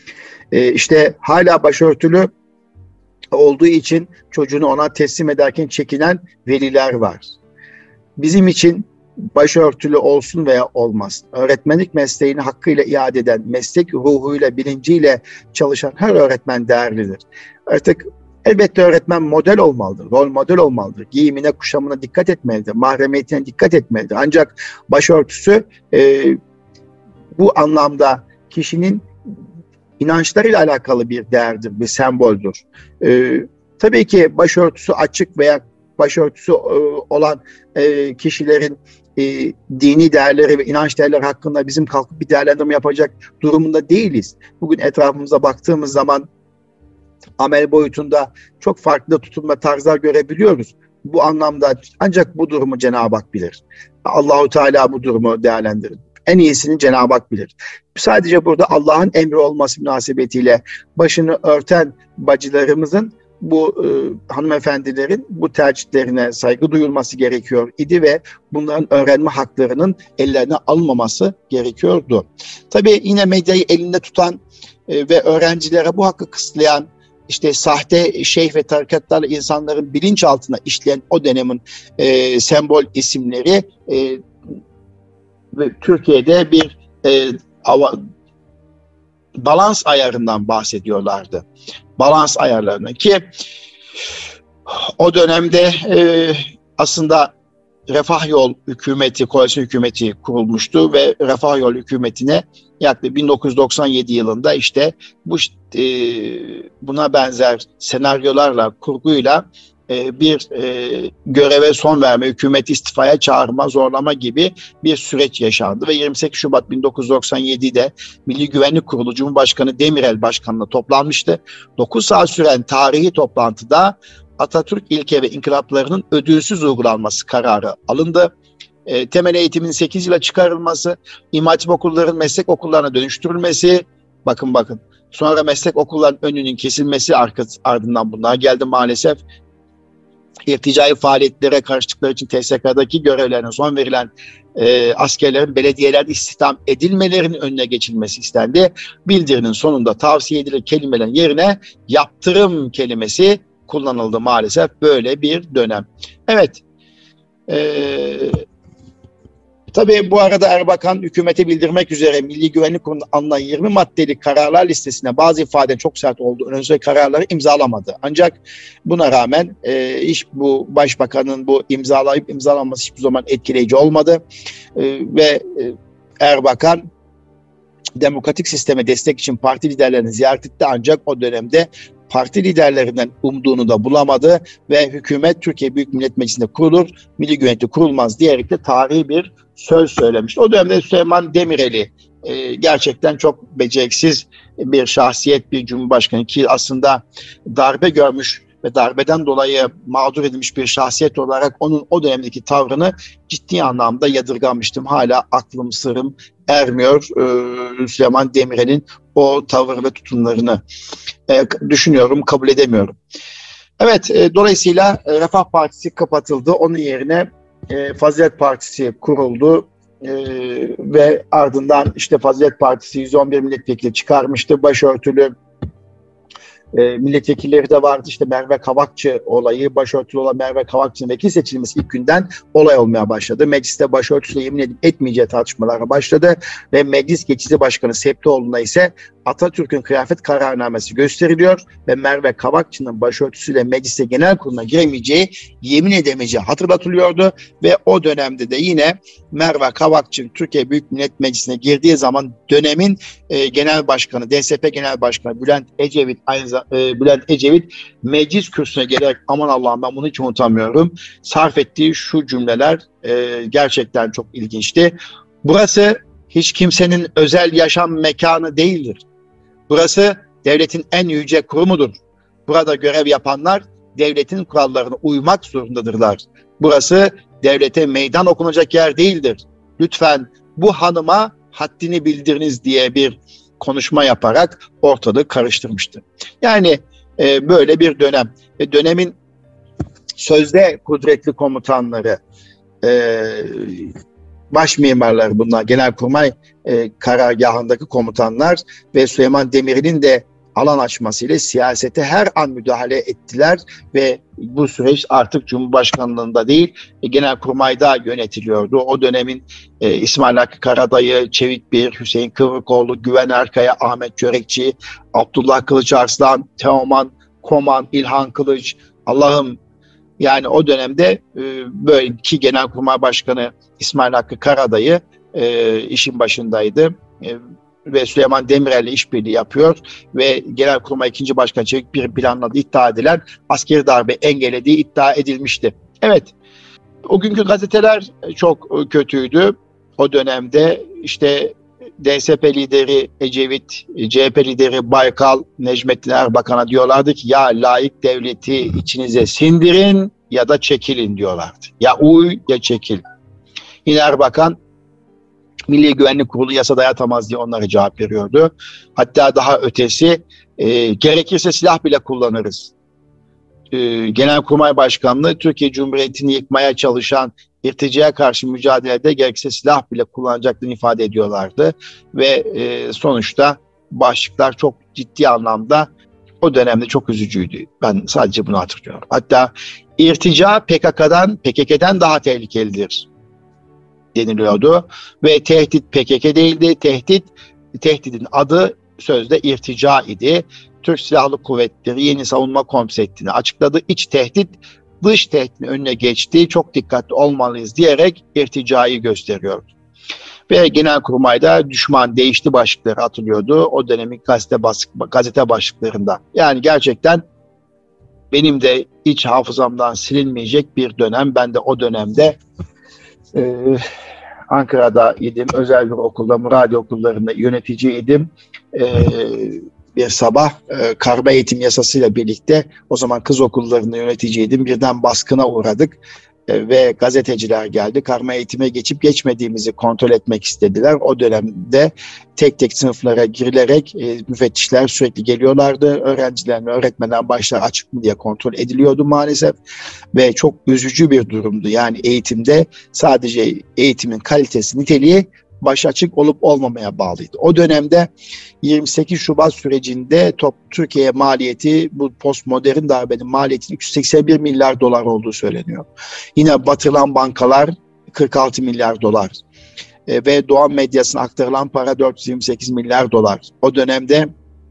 E, işte hala başörtülü olduğu için çocuğunu ona teslim ederken çekinen veliler var. Bizim için başörtülü olsun veya olmasın, öğretmenlik mesleğini hakkıyla iade eden, meslek ruhuyla, bilinciyle çalışan her öğretmen değerlidir. Artık elbette öğretmen model olmalıdır, rol model olmalıdır. Giyimine, kuşamına dikkat etmelidir, mahremiyetine dikkat etmelidir. Ancak başörtüsü e, bu anlamda kişinin inançlarıyla alakalı bir değerdir, bir semboldür. E, tabii ki başörtüsü açık veya başörtüsü e, olan e, kişilerin e, dini değerleri ve inanç değerleri hakkında bizim kalkıp bir değerlendirme yapacak durumunda değiliz. Bugün etrafımıza baktığımız zaman amel boyutunda çok farklı tutum ve tarzlar görebiliyoruz. Bu anlamda ancak bu durumu Cenab-ı Hak bilir. Allahu Teala bu durumu değerlendirir. En iyisini Cenab-ı Hak bilir. Sadece burada Allah'ın emri olması münasebetiyle başını örten bacılarımızın, bu e, hanımefendilerin bu tercihlerine saygı duyulması gerekiyor idi ve bunların öğrenme haklarının ellerine alınmaması gerekiyordu. Tabii yine medyayı elinde tutan e, ve öğrencilere bu hakkı kısıtlayan, işte sahte şeyh ve tarikatlarla insanların bilinçaltına işleyen o dönemin e, sembol isimleri e, ve Türkiye'de bir e, ava, balans ayarından bahsediyorlardı. Balans ayarlarına ki o dönemde e, aslında Refah Yol hükümeti, koalisyon hükümeti kurulmuştu ve Refah Yol hükümetine yaklaşık bin dokuz yüz doksan yedi yılında işte bu e, buna benzer senaryolarla, kurguyla e, bir e, göreve son verme, hükümeti istifaya çağırma, zorlama gibi bir süreç yaşandı ve yirmi sekiz Şubat bin dokuz yüz doksan yedi'de Milli Güvenlik Kurulu Cumhurbaşkanı Demirel Başkanı'na toplanmıştı. dokuz saat süren tarihi toplantıda Atatürk ilke ve inkılaplarının ödülsüz uygulanması kararı alındı. E, temel eğitimin sekiz yıla çıkarılması, İmam Hatip okullarının meslek okullarına dönüştürülmesi, bakın bakın, sonra meslek okullarının önünün kesilmesi ardından bunlar geldi maalesef. İrticai faaliyetlere karıştıkları için T S K'daki görevlerine son verilen e, askerlerin belediyelerde istihdam edilmelerinin önüne geçilmesi istendi. Bildirinin sonunda tavsiye edilen kelimelerin yerine yaptırım kelimesi kullanıldı maalesef, böyle bir dönem. Evet, ee, tabii bu arada Erbakan hükümete bildirmek üzere Milli Güvenlik Kurulu'nun alınan yirmi maddelik kararlar listesine bazı ifade çok sert oldu. Önce kararları imzalamadı. Ancak buna rağmen e, iş bu başbakanın bu imzalayıp imzalaması hiçbir zaman etkileyici olmadı. E, ve e, Erbakan demokratik sisteme destek için parti liderlerini ziyaret etti, ancak o dönemde parti liderlerinden umduğunu da bulamadı ve hükümet Türkiye Büyük Millet Meclisi'nde kurulur, Milli Güvenlik kurulmaz diyerek de tarihi bir söz söylemişti. O dönemde Süleyman Demirel'i e, gerçekten çok beceriksiz bir şahsiyet, bir cumhurbaşkanı ki aslında darbe görmüş ve darbeden dolayı mağdur edilmiş bir şahsiyet olarak onun o dönemdeki tavrını ciddi anlamda yadırgamıştım. Hala aklım sırrım ermiyor e, Süleyman Demirel'in o tavır ve tutumlarını. E, düşünüyorum, kabul edemiyorum. Evet, e, dolayısıyla e, Refah Partisi kapatıldı. Onun yerine e, Fazilet Partisi kuruldu. E, ve ardından işte Fazilet Partisi yüz on bir milletvekili çıkarmıştı. Başörtülü E, milletvekilleri de vardı. İşte Merve Kavakçı olayı, başörtülü olan Merve Kavakçı'nın vekil seçilmesi ilk günden olay olmaya başladı. Mecliste başörtüsüyle yemin edip etmeyeceği tartışmalara başladı ve meclis geçici başkanı Septioğlu'na ise Atatürk'ün kıyafet kararnamesi gösteriliyor ve Merve Kavakçı'nın başörtüsüyle mecliste genel kuruluna giremeyeceği, yemin edemeyeceği hatırlatılıyordu ve o dönemde de yine Merve Kavakçı Türkiye Büyük Millet Meclisi'ne girdiği zaman dönemin e, genel başkanı, D S P Genel Başkanı Bülent Ecevit aynı zamanda e, Bülent Ecevit meclis kürsüsüne gelerek, aman Allah'ım ben bunu hiç unutamıyorum, sarf ettiği şu cümleler e, gerçekten çok ilginçti. Burası hiç kimsenin özel yaşam mekanı değildir. Burası devletin en yüce kurumudur. Burada görev yapanlar devletin kurallarına uymak zorundadırlar. Burası devlete meydan okunacak yer değildir. Lütfen bu hanıma haddini bildiriniz diye bir konuşma yaparak ortalığı karıştırmıştı. Yani e, böyle bir dönem. Ve dönemin sözde kudretli komutanları, e, baş mimarlar bunlar, Genelkurmay e, karargahındaki komutanlar ve Süleyman Demirel'in de alan açmasıyla siyasete her an müdahale ettiler ve bu süreç artık Cumhurbaşkanlığında değil, e, Genelkurmay'da yönetiliyordu. O dönemin e, İsmail Hakkı Karadayı, Çevik Bir, Hüseyin Kıvrıkoğlu, Güven Erkaya, Ahmet Çörekçi, Abdullah Kılıçarslan, Teoman Koman, İlhan Kılıç, Allah'ım, yani o dönemde e, böyle iki Genelkurmay Başkanı İsmail Hakkı Karadayı e, işin başındaydı e, ve Süleyman Demirel'le işbirliği yapıyor ve Genelkurmay ikinci Başkan Çevik Bir planladığı iddia edilen askeri darbe engellediği iddia edilmişti. Evet, o günkü gazeteler çok kötüydü. O dönemde işte D S P lideri Ecevit, C H P lideri Baykal, Necmettin Erbakan'a diyorlardı ki ya layık devleti içinize sindirin ya da çekilin diyorlardı. Ya uy ya çekil. Yine Erbakan Milli Güvenlik Kurulu yasa dayatamaz diye onlara cevap veriyordu. Hatta daha ötesi e, gerekirse silah bile kullanırız. E, Genelkurmay Başkanlığı Türkiye Cumhuriyeti'ni yıkmaya çalışan irticaya karşı mücadelede gerekirse silah bile kullanacaklarını ifade ediyorlardı. Ve e, sonuçta başlıklar çok ciddi anlamda o dönemde çok üzücüydü. Ben sadece bunu hatırlıyorum. Hatta irtica P K K'dan, P K K'den daha tehlikelidir deniliyordu. Ve tehdit P K K değildi. Tehdit, tehdidin adı sözde irtica idi. Türk Silahlı Kuvvetleri yeni savunma konseptini açıkladı. İç tehdit dış tehditin önüne geçti, çok dikkatli olmalıyız diyerek irticayı gösteriyor. Ve Genelkurmay'da düşman değişti başlıkları atılıyordu o dönemin gazete, bas, gazete başlıklarında. Yani gerçekten benim de iç hafızamdan silinmeyecek bir dönem. Ben de o dönemde e, Ankara'da idim. Özel bir okulda, Muradiye okullarında yöneticiydim. E, bir sabah e, karma eğitim yasasıyla birlikte o zaman kız okullarında yöneticiydim. Birden baskına uğradık. Ve gazeteciler geldi. Karma eğitime geçip geçmediğimizi kontrol etmek istediler. O dönemde tek tek sınıflara girilerek e, müfettişler sürekli geliyorlardı. Öğrencilerin öğretmenen başlar açık mı diye kontrol ediliyordu maalesef. Ve çok üzücü bir durumdu. Yani eğitimde sadece eğitimin kalitesi, niteliği baş açık olup olmamaya bağlıydı. O dönemde yirmi sekiz Şubat sürecinde top, Türkiye'ye maliyeti, bu postmodern darbenin maliyetinin üç yüz seksen bir milyar dolar olduğu söyleniyor. Yine batırılan bankalar kırk altı milyar dolar e, ve Doğan medyasına aktarılan para dört yüz yirmi sekiz milyar dolar. O dönemde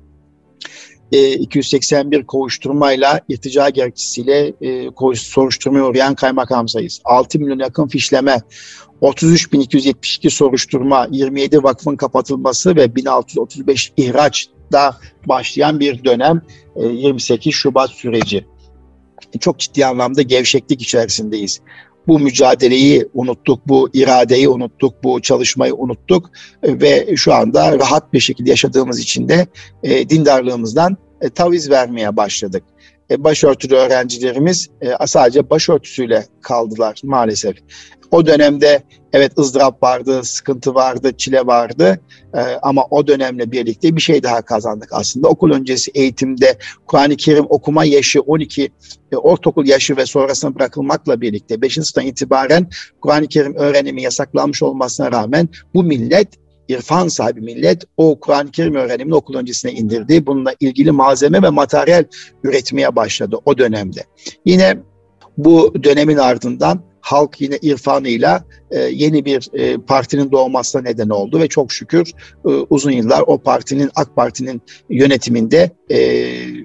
e, iki yüz seksen bir kovuşturmayla irtica gerekçesiyle e, soruşturmaya uğrayan kaymakam sayısı, altı milyon yakın fişleme, otuz üç bin iki yüz yetmiş iki soruşturma, yirmi yedi vakfın kapatılması ve bin altı yüz otuz beş ihraçta başlayan bir dönem yirmi sekiz Şubat süreci. Çok ciddi anlamda gevşeklik içerisindeyiz. Bu mücadeleyi unuttuk, bu iradeyi unuttuk, bu çalışmayı unuttuk ve şu anda rahat bir şekilde yaşadığımız için de dindarlığımızdan taviz vermeye başladık. Başörtülü öğrencilerimiz sadece başörtüsüyle kaldılar maalesef. O dönemde evet ızdırap vardı, sıkıntı vardı, çile vardı ee, ama o dönemle birlikte bir şey daha kazandık aslında. Okul öncesi eğitimde Kur'an-ı Kerim okuma yaşı on iki, e, ortaokul yaşı ve sonrasına bırakılmakla birlikte beşinci sınıftan itibaren Kur'an-ı Kerim öğrenimi yasaklanmış olmasına rağmen bu millet, İrfan sahibi millet o Kur'an-ı Kerim öğrenimini okul öncesine indirdi. Bununla ilgili malzeme ve materyal üretmeye başladı o dönemde. Yine bu dönemin ardından halk yine irfanıyla e, yeni bir e, partinin doğmasına neden oldu ve çok şükür e, uzun yıllar o partinin, AK Parti'nin yönetiminde e,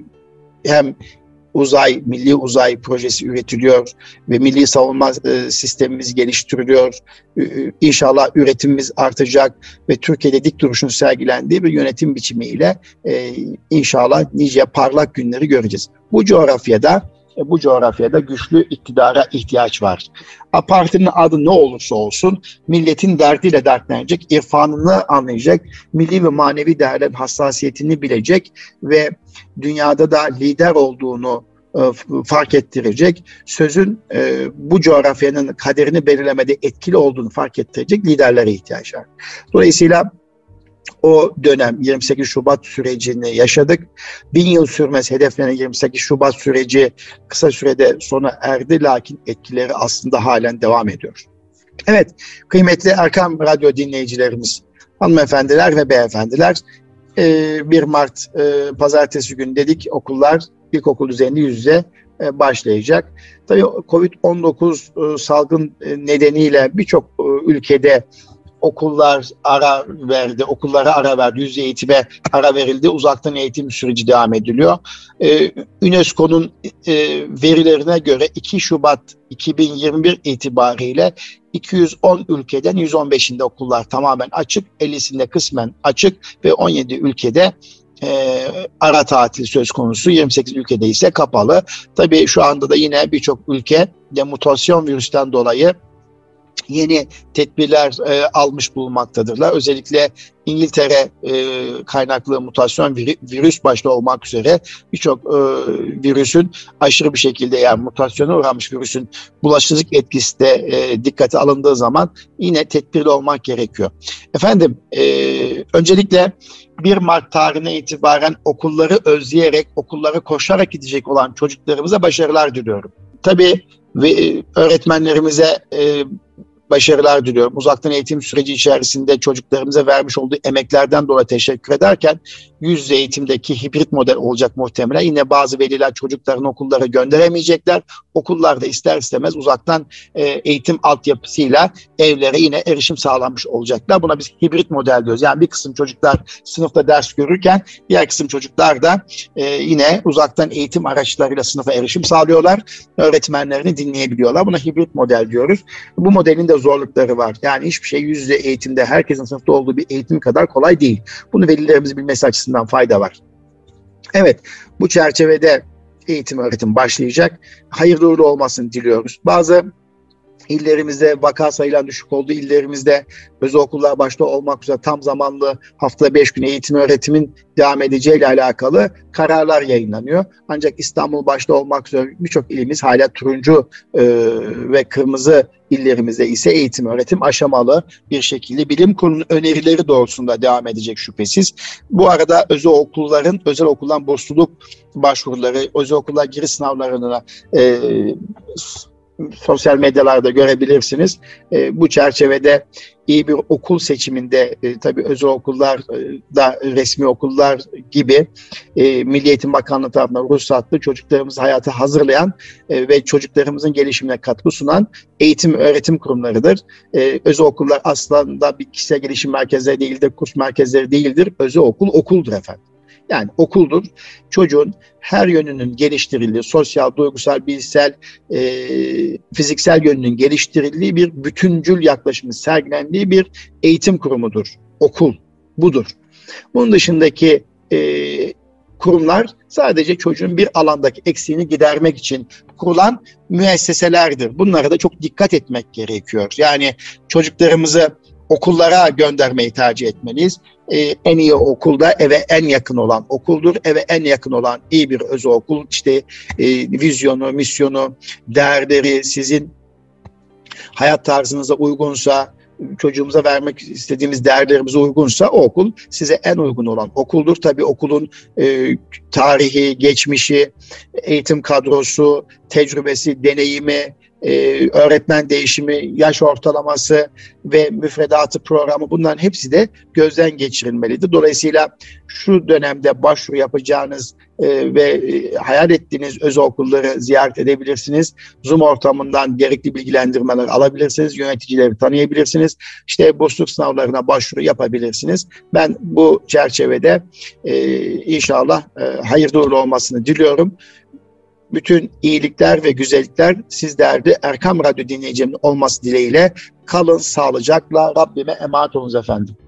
hem uzay, milli uzay projesi üretiliyor ve milli savunma e, sistemimiz geliştiriliyor. E, İnşallah üretimimiz artacak ve Türkiye'de dik duruşun sergilendiği bir yönetim biçimiyle e, inşallah nice parlak günleri göreceğiz. Bu coğrafyada Bu coğrafyada güçlü iktidara ihtiyaç var. A partinin adı ne olursa olsun milletin derdiyle dertlenecek, irfanını anlayacak, milli ve manevi değerlerin hassasiyetini bilecek ve dünyada da lider olduğunu e, fark ettirecek, sözün e, bu coğrafyanın kaderini belirlemede etkili olduğunu fark ettirecek liderlere ihtiyaç var. Dolayısıyla o dönem yirmi sekiz Şubat sürecini yaşadık. Bin yıl sürmez hedeflenen yirmi sekiz Şubat süreci kısa sürede sona erdi, lakin etkileri aslında halen devam ediyor. Evet, kıymetli Erkam Radyo dinleyicilerimiz, hanımefendiler ve beyefendiler, bir Mart pazartesi günü dedik okullar ilkokul düzeyinde yüz yüze başlayacak. Tabii kovid on dokuz salgın nedeniyle birçok ülkede okullar ara verdi, okullara ara verdi, yüz yüze eğitime ara verildi, uzaktan eğitim süreci devam ediliyor. Ee, UNESCO'nun e, verilerine göre iki Şubat iki bin yirmi bir itibariyle iki yüz on ülkeden yüz on beşinde okullar tamamen açık, ellisinde kısmen açık ve on yedi ülkede e, ara tatil söz konusu, yirmi sekiz ülkede ise kapalı. Tabii şu anda da yine birçok ülke de mutasyon virüsten dolayı yeni tedbirler e, almış bulunmaktadırlar. Özellikle İngiltere e, kaynaklı mutasyon virüs başta olmak üzere birçok e, virüsün aşırı bir şekilde, yani mutasyona uğramış virüsün bulaşıcılık etkisi de e, dikkate alındığı zaman yine tedbirli olmak gerekiyor. Efendim e, öncelikle bir Mart tarihine itibaren okulları özleyerek, okulları koşarak gidecek olan çocuklarımıza başarılar diliyorum. Tabii ve öğretmenlerimize e, başarılar diliyorum. Uzaktan eğitim süreci içerisinde çocuklarımıza vermiş olduğu emeklerden dolayı teşekkür ederken yüz yüze eğitimdeki hibrit model olacak muhtemelen. Yine bazı veliler çocuklarını okullara gönderemeyecekler. okullar da ister istemez uzaktan e, eğitim altyapısıyla evlere yine erişim sağlanmış olacaklar. Buna biz hibrit model diyoruz. Yani bir kısım çocuklar sınıfta ders görürken diğer kısım çocuklar da e, yine uzaktan eğitim araçlarıyla sınıfa erişim sağlıyorlar. Öğretmenlerini dinleyebiliyorlar. Buna hibrit model diyoruz. Bu modelin de zorlukları var. Yani hiçbir şey yüz yüze eğitimde herkesin sınıfta olduğu bir eğitim kadar kolay değil. Bunu velilerimiz bilmesi açısından fayda var. Evet, bu çerçevede eğitim öğretim başlayacak. Hayırlı uğurlu olmasını diliyoruz. Bazı illerimizde vaka sayılan düşük olduğu illerimizde özel okullar başta olmak üzere tam zamanlı haftada beş gün eğitim öğretimin devam edeceği ile alakalı kararlar yayınlanıyor. Ancak İstanbul başta olmak üzere birçok ilimiz hala turuncu e, ve kırmızı illerimizde ise eğitim öğretim aşamalı bir şekilde bilim kurulunun önerileri doğrultusunda devam edecek şüphesiz. Bu arada özel okulların özel okuldan bursluluk başvuruları, özel okullar giriş sınavlarına e, sosyal medyalarda görebilirsiniz. E, bu çerçevede iyi bir okul seçiminde e, tabii özel okullar e, da resmi okullar gibi e, Milli Eğitim Bakanlığı tarafından ruhsatlı çocuklarımızı hayata hazırlayan e, ve çocuklarımızın gelişimine katkı sunan eğitim öğretim kurumlarıdır. E, özel okullar aslında bir kişisel gelişim merkezleri değildir, kurs merkezleri değildir. Özel okul okuldur efendim. Yani okuldur. Çocuğun her yönünün geliştirildiği, sosyal, duygusal, bilişsel, e, fiziksel yönünün geliştirildiği bir bütüncül yaklaşımı sergilendiği bir eğitim kurumudur. Okul budur. Bunun dışındaki e, kurumlar sadece çocuğun bir alandaki eksiğini gidermek için kurulan müesseselerdir. Bunlara da çok dikkat etmek gerekiyor. Yani çocuklarımızı okullara göndermeyi tercih etmeliyiz. Ee, en iyi okulda eve en yakın olan okuldur. Eve en yakın olan iyi bir özel okul. İşte e, vizyonu, misyonu, değerleri sizin hayat tarzınıza uygunsa, çocuğumuza vermek istediğimiz değerlerimize uygunsa o okul size en uygun olan okuldur. Tabii okulun e, tarihi, geçmişi, eğitim kadrosu, tecrübesi, deneyimi, Ee, öğretmen değişimi, yaş ortalaması ve müfredatı programı bunların hepsi de gözden geçirilmelidir. Dolayısıyla şu dönemde başvuru yapacağınız e, ve e, hayal ettiğiniz özel okulları ziyaret edebilirsiniz. Zoom ortamından gerekli bilgilendirmeler alabilirsiniz. Yöneticileri tanıyabilirsiniz. İşte bursluluk sınavlarına başvuru yapabilirsiniz. Ben bu çerçevede e, inşallah e, hayırlı uğurlu olmasını diliyorum. Bütün iyilikler ve güzellikler sizlerde Erkam Radyo dinleyicilerinin olması dileğiyle kalın sağlıcakla. Rabbime emanet olunuz efendim.